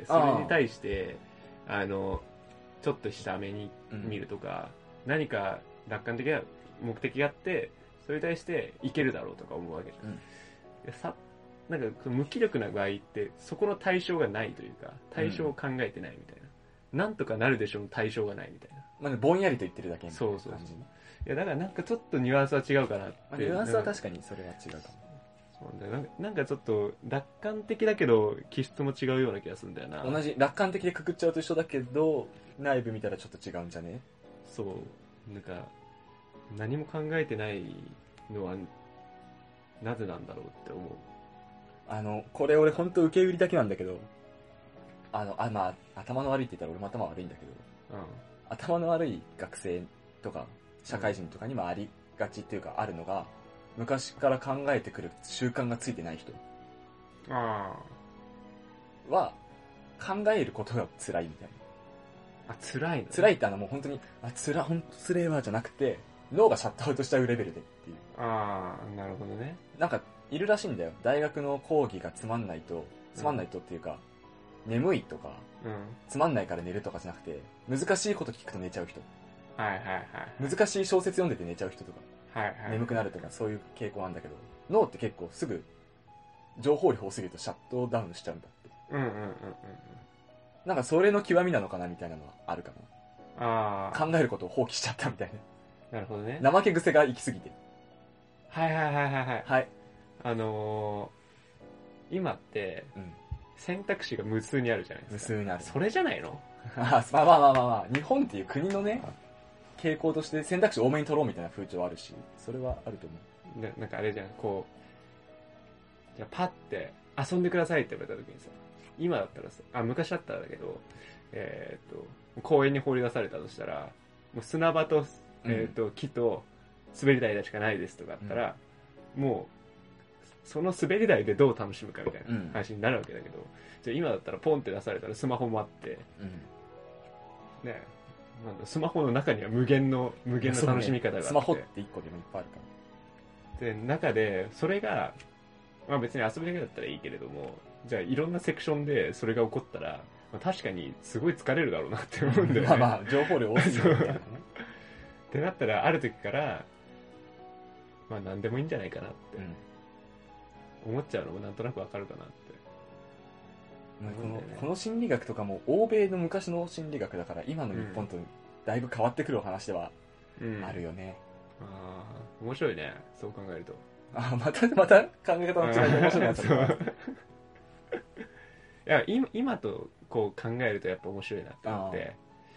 [SPEAKER 1] それに対して、あの、ちょっとした目に見るとか、うん、何か楽観的な目的があって、それに対していけるだろうとか思うわけじゃん。うん、さなんか無気力な場合って、そこの対象がないというか、対象を考えてないみたいな。うん、なんとかなるでしょうの対象がないみたいな。
[SPEAKER 2] まあ、ね、ぼんやりと言ってるだけみたいな感じ。
[SPEAKER 1] そうそうそう。いやだからなんかちょっとニュアンスは違うかなって、
[SPEAKER 2] まあ、ニュアンスは確かにそれは違うかも。
[SPEAKER 1] そうだなんかなんかちょっと楽観的だけど気質も違うような気がするんだよな。
[SPEAKER 2] 同じ楽観的でくくっちゃうと一緒だけど内部見たらちょっと違うんじゃね。
[SPEAKER 1] そうなんか何も考えてないのはなぜなんだろうって思う。
[SPEAKER 2] あのこれ俺本当受け売りだけなんだけど、あのあまあ頭の悪いって言ったら俺も頭悪いんだけど、うん、頭の悪い学生とか社会人とかにもありがちっていうかあるのが、昔から考えてくる習慣がついてない人は考えることが辛いみたい
[SPEAKER 1] な。あ、辛いの、ね、
[SPEAKER 2] 辛いってあのもう本当にあつら本当辛いわじゃなくて、脳がシャットアウトしちゃうレベルでっていう。
[SPEAKER 1] ああ、なるほどね。
[SPEAKER 2] なんかいるらしいんだよ。大学の講義がつまんないとつまんないとっていうか、うん、眠いとか、うん、つまんないから寝るとかじゃなくて、難しいこと聞くと寝ちゃう人。
[SPEAKER 1] はいはいはい、
[SPEAKER 2] 難しい小説読んでて寝ちゃう人とか、
[SPEAKER 1] はいはい、
[SPEAKER 2] 眠くなるとかそういう傾向なんだけど、脳って結構すぐ情報量多すぎるとシャットダウンしちゃうんだって。
[SPEAKER 1] うんうんうんうん。
[SPEAKER 2] なんかそれの極みなのかなみたいなのはあるかな。
[SPEAKER 1] ああ。
[SPEAKER 2] 考えることを放棄しちゃったみたい
[SPEAKER 1] な。なるほどね。
[SPEAKER 2] 怠け癖が行き過ぎて。
[SPEAKER 1] はいはいはいはいはい。
[SPEAKER 2] はい。
[SPEAKER 1] あのー、今って、選択肢が無数にあるじゃないですか。
[SPEAKER 2] 無数にある。
[SPEAKER 1] それじゃないの？
[SPEAKER 2] まあまあまあまあまあ、日本っていう国のね、傾向として選択肢多めに取ろうみたいな風潮あるし、それはあると思
[SPEAKER 1] う。な, なんかあれじゃん、こう、じゃあパッて遊んでくださいって言われた時にさ、今だったらさ、あ、昔だったらだけど、えー、っと、公園に放り出されたとしたら、もう砂場と、えー、っと、うん、木と滑り台しかないですとかあったら、うん、もう、その滑り台でどう楽しむかみたいな話になるわけだけど、うん、じゃあ今だったらポンって出されたらスマホもあって、うん、ね、なんだスマホの中には無限の無限の楽しみ方があって、ね、
[SPEAKER 2] スマホって一個でもいっぱいあるから。
[SPEAKER 1] で中でそれが、まあ、別に遊びだけだったらいいけれども、じゃあいろんなセクションでそれが起こったら、まあ、確かにすごい疲れるだろうなって思うんだよね。
[SPEAKER 2] まあまあ情報量多すぎるみたいなね。
[SPEAKER 1] ってなったらある時からまあ何でもいいんじゃないかなって思っちゃうのもなんとなくわかるかなって。
[SPEAKER 2] この、この心理学とかも欧米の昔の心理学だから今の日本とだいぶ変わってくるお話ではあるよね。
[SPEAKER 1] うん、ああ、面白いね。そう考えると。
[SPEAKER 2] あ、またまた考え方の違いで面白いなと思って。
[SPEAKER 1] いや今今とこう考えるとやっぱ面白いなって思って、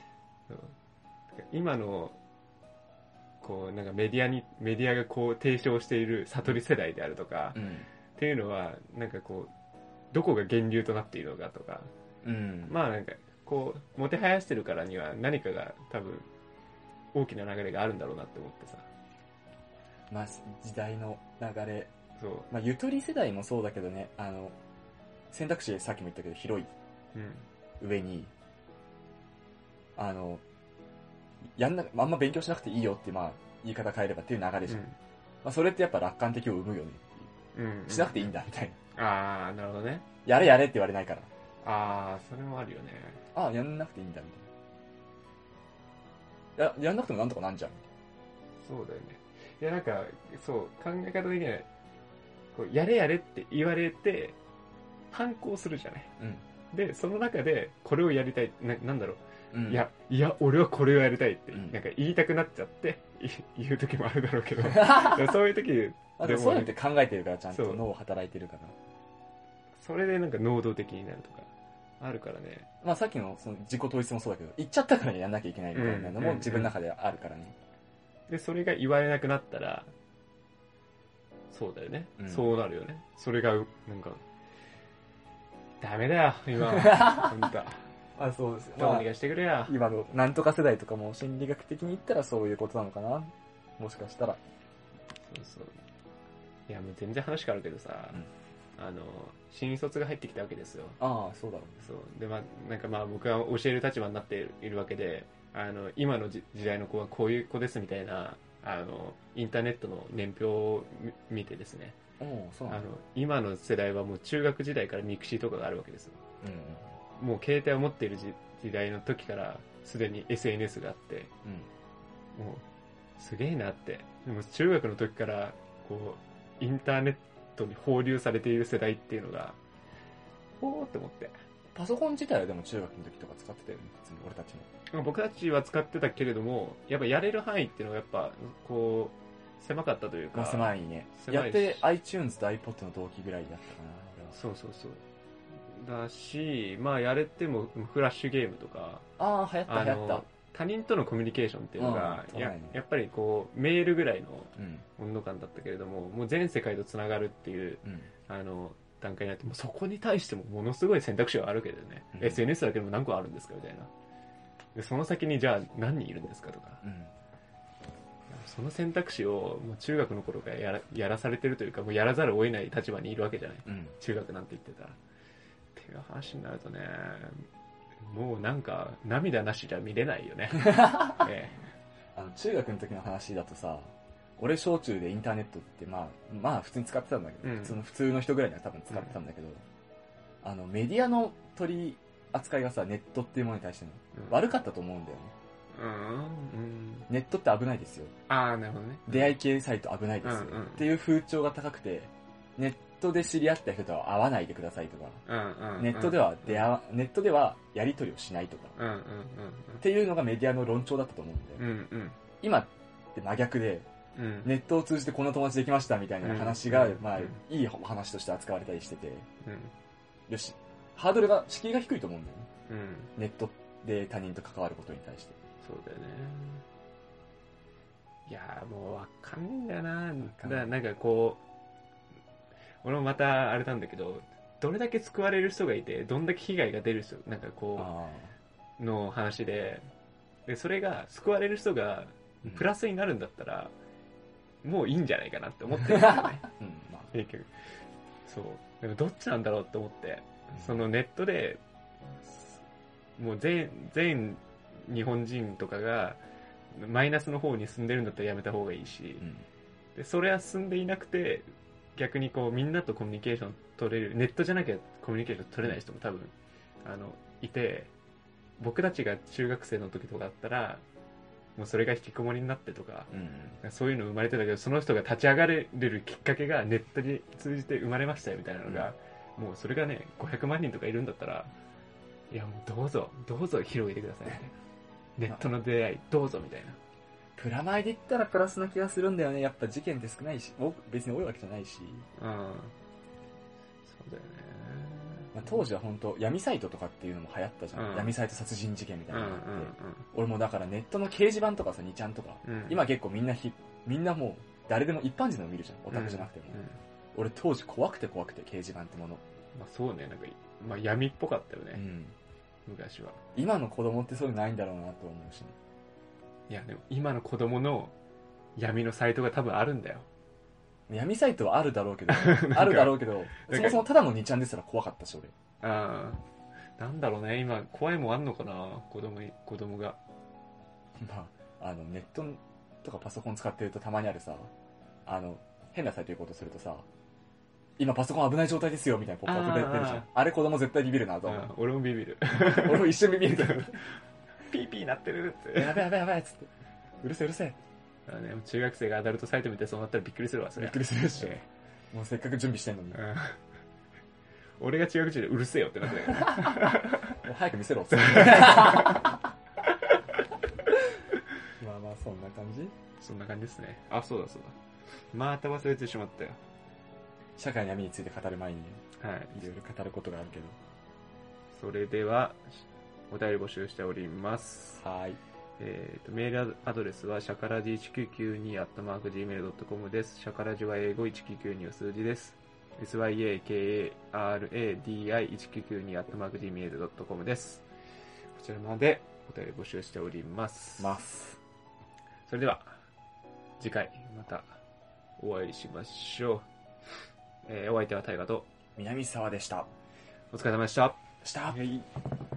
[SPEAKER 1] 今のこうなんかメディアにメディアがこう提唱している悟り世代であるとか、うん、っていうのはなんかこうどこが源流となっているのかとか、うん、まあなんかこうもてはやしてるからには何かが多分大きな流れがあるんだろうなって思ってさ。
[SPEAKER 2] まあ時代の流れ、
[SPEAKER 1] そう、
[SPEAKER 2] まあゆとり世代もそうだけどね、あの選択肢さっきも言ったけど広い、うん、上にあのやんなあんま勉強しなくていいよってまあ言い方変えればっていう流れじゃん。うん、まあそれってやっぱ楽観的を生むよねっていう、うんうん、しなくていいんだみたいな。
[SPEAKER 1] ああ、なるほどね。
[SPEAKER 2] やれやれって言われないから。
[SPEAKER 1] ああ、それもあるよね。
[SPEAKER 2] ああ、やんなくていいんだみたいな。や、やんなくてもなんとかなんじゃん。
[SPEAKER 1] そうだよね。いや、なんか、そう、考え方的には、こうやれやれって言われて、反抗するじゃない。うん、で、その中で、これをやりたい、な、なんだろう、うん、いや、いや、俺はこれをやりたいって、うん、なんか言いたくなっちゃって、言う時もあるだろうけど、そういう時で
[SPEAKER 2] も、ね、そういうのって考えてるから、ちゃんと脳働いてるから。
[SPEAKER 1] それでなんか能動的になるとか。 あるからね。
[SPEAKER 2] まあさっきのその自己統一もそうだけど、言っちゃったからやんなきゃいけないみたいなの
[SPEAKER 1] うん
[SPEAKER 2] も自分の中であるからね。
[SPEAKER 1] で、それが言われなくなったら、そうだよね。
[SPEAKER 2] うん
[SPEAKER 1] そうなるよね。それが、なんか、ダメだよ、今は。ほんと。
[SPEAKER 2] あ、そうです。
[SPEAKER 1] どうにかしてくれよ。
[SPEAKER 2] 今のなんとか世代とかも心理学的に言ったらそういうことなのかな。もしかしたら。
[SPEAKER 1] そうそう。いや、もう全然話変わるけどさ、あの、新卒が入ってきたわけですよ。
[SPEAKER 2] ああ、そうだろうね。
[SPEAKER 1] そう。で、まあ、なんかまあ僕は教える立場になっているわけで、あの、今のじ時代の子はこういう子ですみたいな、あの、インターネットの年表を見見てですね、
[SPEAKER 2] おお、そうなんだ。
[SPEAKER 1] あの、今の世代はもう中学時代からミクシーとかがあるわけですよ。
[SPEAKER 2] うん
[SPEAKER 1] もう携帯を持っている時時代の時からすでに エスエヌエス があって、
[SPEAKER 2] うん。
[SPEAKER 1] もう、すげえなって。でも中学の時から、こう、インターネットに放流されている世代っていうのが、ほーって思って。
[SPEAKER 2] パソコン自体はでも中学の時とか使ってたよね、普通に俺たちも。
[SPEAKER 1] 僕たちは使ってたけれども、やっぱやれる範囲っていうのがやっぱ、こう、狭かったというか。
[SPEAKER 2] まあ狭いね。
[SPEAKER 1] 狭いし
[SPEAKER 2] やって iTunes と iPod の同期ぐらいだったかな、俺は。
[SPEAKER 1] そうそうそう。だし、まあやれてもフラッシュゲームとか、
[SPEAKER 2] ああ、流行った
[SPEAKER 1] あ
[SPEAKER 2] 流行った
[SPEAKER 1] の。、他人とのコミュニケーションっていうのが、や
[SPEAKER 2] うんそうだね
[SPEAKER 1] やっぱりこう、メールぐらいの
[SPEAKER 2] うん。
[SPEAKER 1] 温度感だったけれども、もう全世界とつながるっていう、
[SPEAKER 2] うん。
[SPEAKER 1] あの、段階になって、もうそこに対してもものすごい選択肢があるけどね、
[SPEAKER 2] うん
[SPEAKER 1] エスエヌエス だけでも何個あるんですかみたいな。で、その先にじゃあ何人いるんですかとか。
[SPEAKER 2] うん。
[SPEAKER 1] その選択肢をもう中学の頃からやらやらされてるというか、もうやらざるを得ない立場にいるわけじゃない。
[SPEAKER 2] うん。
[SPEAKER 1] 中学なんて言ってたら。っていう話になるとね、もうなんか涙なしじゃ見れないよね。え
[SPEAKER 2] あの、中学の時の話だとさ、俺小中でインターネットってまあ、まあ普通に使ってたんだけど、
[SPEAKER 1] うん
[SPEAKER 2] 普通の普通の人ぐらいには多分使ってたんだけど、あの、メディアの取り扱いがさ、ネットっていうものに対しての
[SPEAKER 1] うん
[SPEAKER 2] 悪かったと思うんだよね。
[SPEAKER 1] うん、うん。
[SPEAKER 2] ネットって危ないですよ。
[SPEAKER 1] ああ、なるほどね。
[SPEAKER 2] 出会い系サイト危ないですよ。
[SPEAKER 1] うんうん
[SPEAKER 2] っていう風潮が高くて、ネットで知り合った人とは会わないでくださいとか、
[SPEAKER 1] うんうん。
[SPEAKER 2] ネットでは出会わ、ネットではやり取りをしないとか、
[SPEAKER 1] うんうん
[SPEAKER 2] っていうのがメディアの論調だったと思うんだよ。
[SPEAKER 1] うん。うんうん。
[SPEAKER 2] 今って真逆で、
[SPEAKER 1] うん。
[SPEAKER 2] ネットを通じてこんな友達できましたみたいな話が、
[SPEAKER 1] うん
[SPEAKER 2] まあ
[SPEAKER 1] うん、
[SPEAKER 2] いい話として扱われたりしてて、
[SPEAKER 1] うん。
[SPEAKER 2] よし、ハードルが、敷居が低いと思うんだよね。
[SPEAKER 1] うん。
[SPEAKER 2] ネットで他人と関わることに対して。
[SPEAKER 1] そうだよね。いやーもうわかんねえんだよな。
[SPEAKER 2] かんない
[SPEAKER 1] だからなんかこう、俺もまたあれなんだけど、どれだけ救われる人がいて、どんだけ被害が出る人、なんかこ
[SPEAKER 2] あ
[SPEAKER 1] う、の話で、で、それが救われる人が
[SPEAKER 2] あ。
[SPEAKER 1] プラスになるんだったら、もういいんじゃないかなって思ってるんだよね。
[SPEAKER 2] うん、まあ。
[SPEAKER 1] 結局。そう。でもどっちなんだろうって思って、そのネットで、もう全、全日本人とかがマイナスの方に進んでるんだったらやめた方がいいし、
[SPEAKER 2] うん、
[SPEAKER 1] でそれは進んでいなくて、逆にこうみんなとコミュニケーション取れる、ネットじゃなきゃコミュニケーション取れない人も多分、あの、いて、僕たちが中学生の時とかだったら、もうそれが引きこもりになってとか、
[SPEAKER 2] うん、
[SPEAKER 1] そういうの生まれてたけど、その人が立ち上がれるきっかけがネットに通じて生まれましたよみたいなのが、もうそれがね、ごひゃくまん人とかいるんだったら、いやもうどうぞ、どうぞ広げてくださいね。ネットの出会い、どうぞみたいな。
[SPEAKER 2] プラマイで言ったらプラスな気がするんだよね。やっぱ事件って少ないし、多く別に多いわけじゃないし。
[SPEAKER 1] うん。そうだよね。
[SPEAKER 2] まあ、当時は本当闇サイトとかっていうのも流行ったじゃん。
[SPEAKER 1] うん
[SPEAKER 2] 闇サイト殺人事件みたい
[SPEAKER 1] うん
[SPEAKER 2] なのがあって。
[SPEAKER 1] うん
[SPEAKER 2] 俺もだからネットの掲示板とかさ、にちゃんとか、
[SPEAKER 1] うん。うん、
[SPEAKER 2] 今結構みんなひ、みんなもう誰でも一般人でも見るじゃん。オタクじゃなくても。
[SPEAKER 1] うん。
[SPEAKER 2] 俺当時怖くて怖くて掲示板ってもの。
[SPEAKER 1] まあそうね、なんか、まあ闇っぽかったよね、
[SPEAKER 2] うん。
[SPEAKER 1] 昔は。
[SPEAKER 2] 今の子供ってそういうのないんだろうなと思うしね。
[SPEAKER 1] いやでも今の子供の闇のサイトが多分あるんだよ。
[SPEAKER 2] 闇サイトはあるだろうけど、あるだろうけど、そもそもただのにちゃんですら怖かったし、俺。
[SPEAKER 1] ああ。なんだろうね、今怖いもんあんのかな、子供に、子供が。
[SPEAKER 2] まあ、あの、ネットとかパソコン使ってるとたまにあるさ、あの、変なサイト行こうとするとさ、今パソコン危ない状態ですよ、みたいなポップアップ出てるじゃん。
[SPEAKER 1] あ
[SPEAKER 2] あれ子供絶対ビビるなと思う。
[SPEAKER 1] うん、俺もビビる。
[SPEAKER 2] 俺も一緒にビビるけど、
[SPEAKER 1] ピーピーなってるって。
[SPEAKER 2] やべやべやべっつって。うるせえうるせえ。
[SPEAKER 1] だからね、中学生がアダルトサイト見てそうなったらびっくりするわ、それ。
[SPEAKER 2] びっくりするでしょ
[SPEAKER 1] え。
[SPEAKER 2] もうせっかく準備してんのに。も
[SPEAKER 1] うん俺が中学生でうるせえよってなってたからね。
[SPEAKER 2] う早く見せろっつって。まあまあ、そんな感じ。
[SPEAKER 1] そんな感じですね。あ、そうだそうだ。また忘れてしまったよ。
[SPEAKER 2] 社会の闇について語る前に、
[SPEAKER 1] はい。
[SPEAKER 2] いろいろ語ることがあるけど。
[SPEAKER 1] それでは、お便り募集しております。
[SPEAKER 2] はい。
[SPEAKER 1] えーと、メールアドレスは、シャカラジいちきゅうきゅうに アットマーク ジーメールドットコム です。シャカラジは英語いちきゅうきゅうには数字です。エスワイエーケーエーアールエーディーアイいちきゅうきゅうに アットマーク ジーメールドットコム です。こちらまでお便り募集しております。
[SPEAKER 2] ます。
[SPEAKER 1] それでは、次回またお会いしましょう。えー、お相手は大河と
[SPEAKER 2] 南沢でした。
[SPEAKER 1] お疲れ様でした。
[SPEAKER 2] した。
[SPEAKER 1] はい。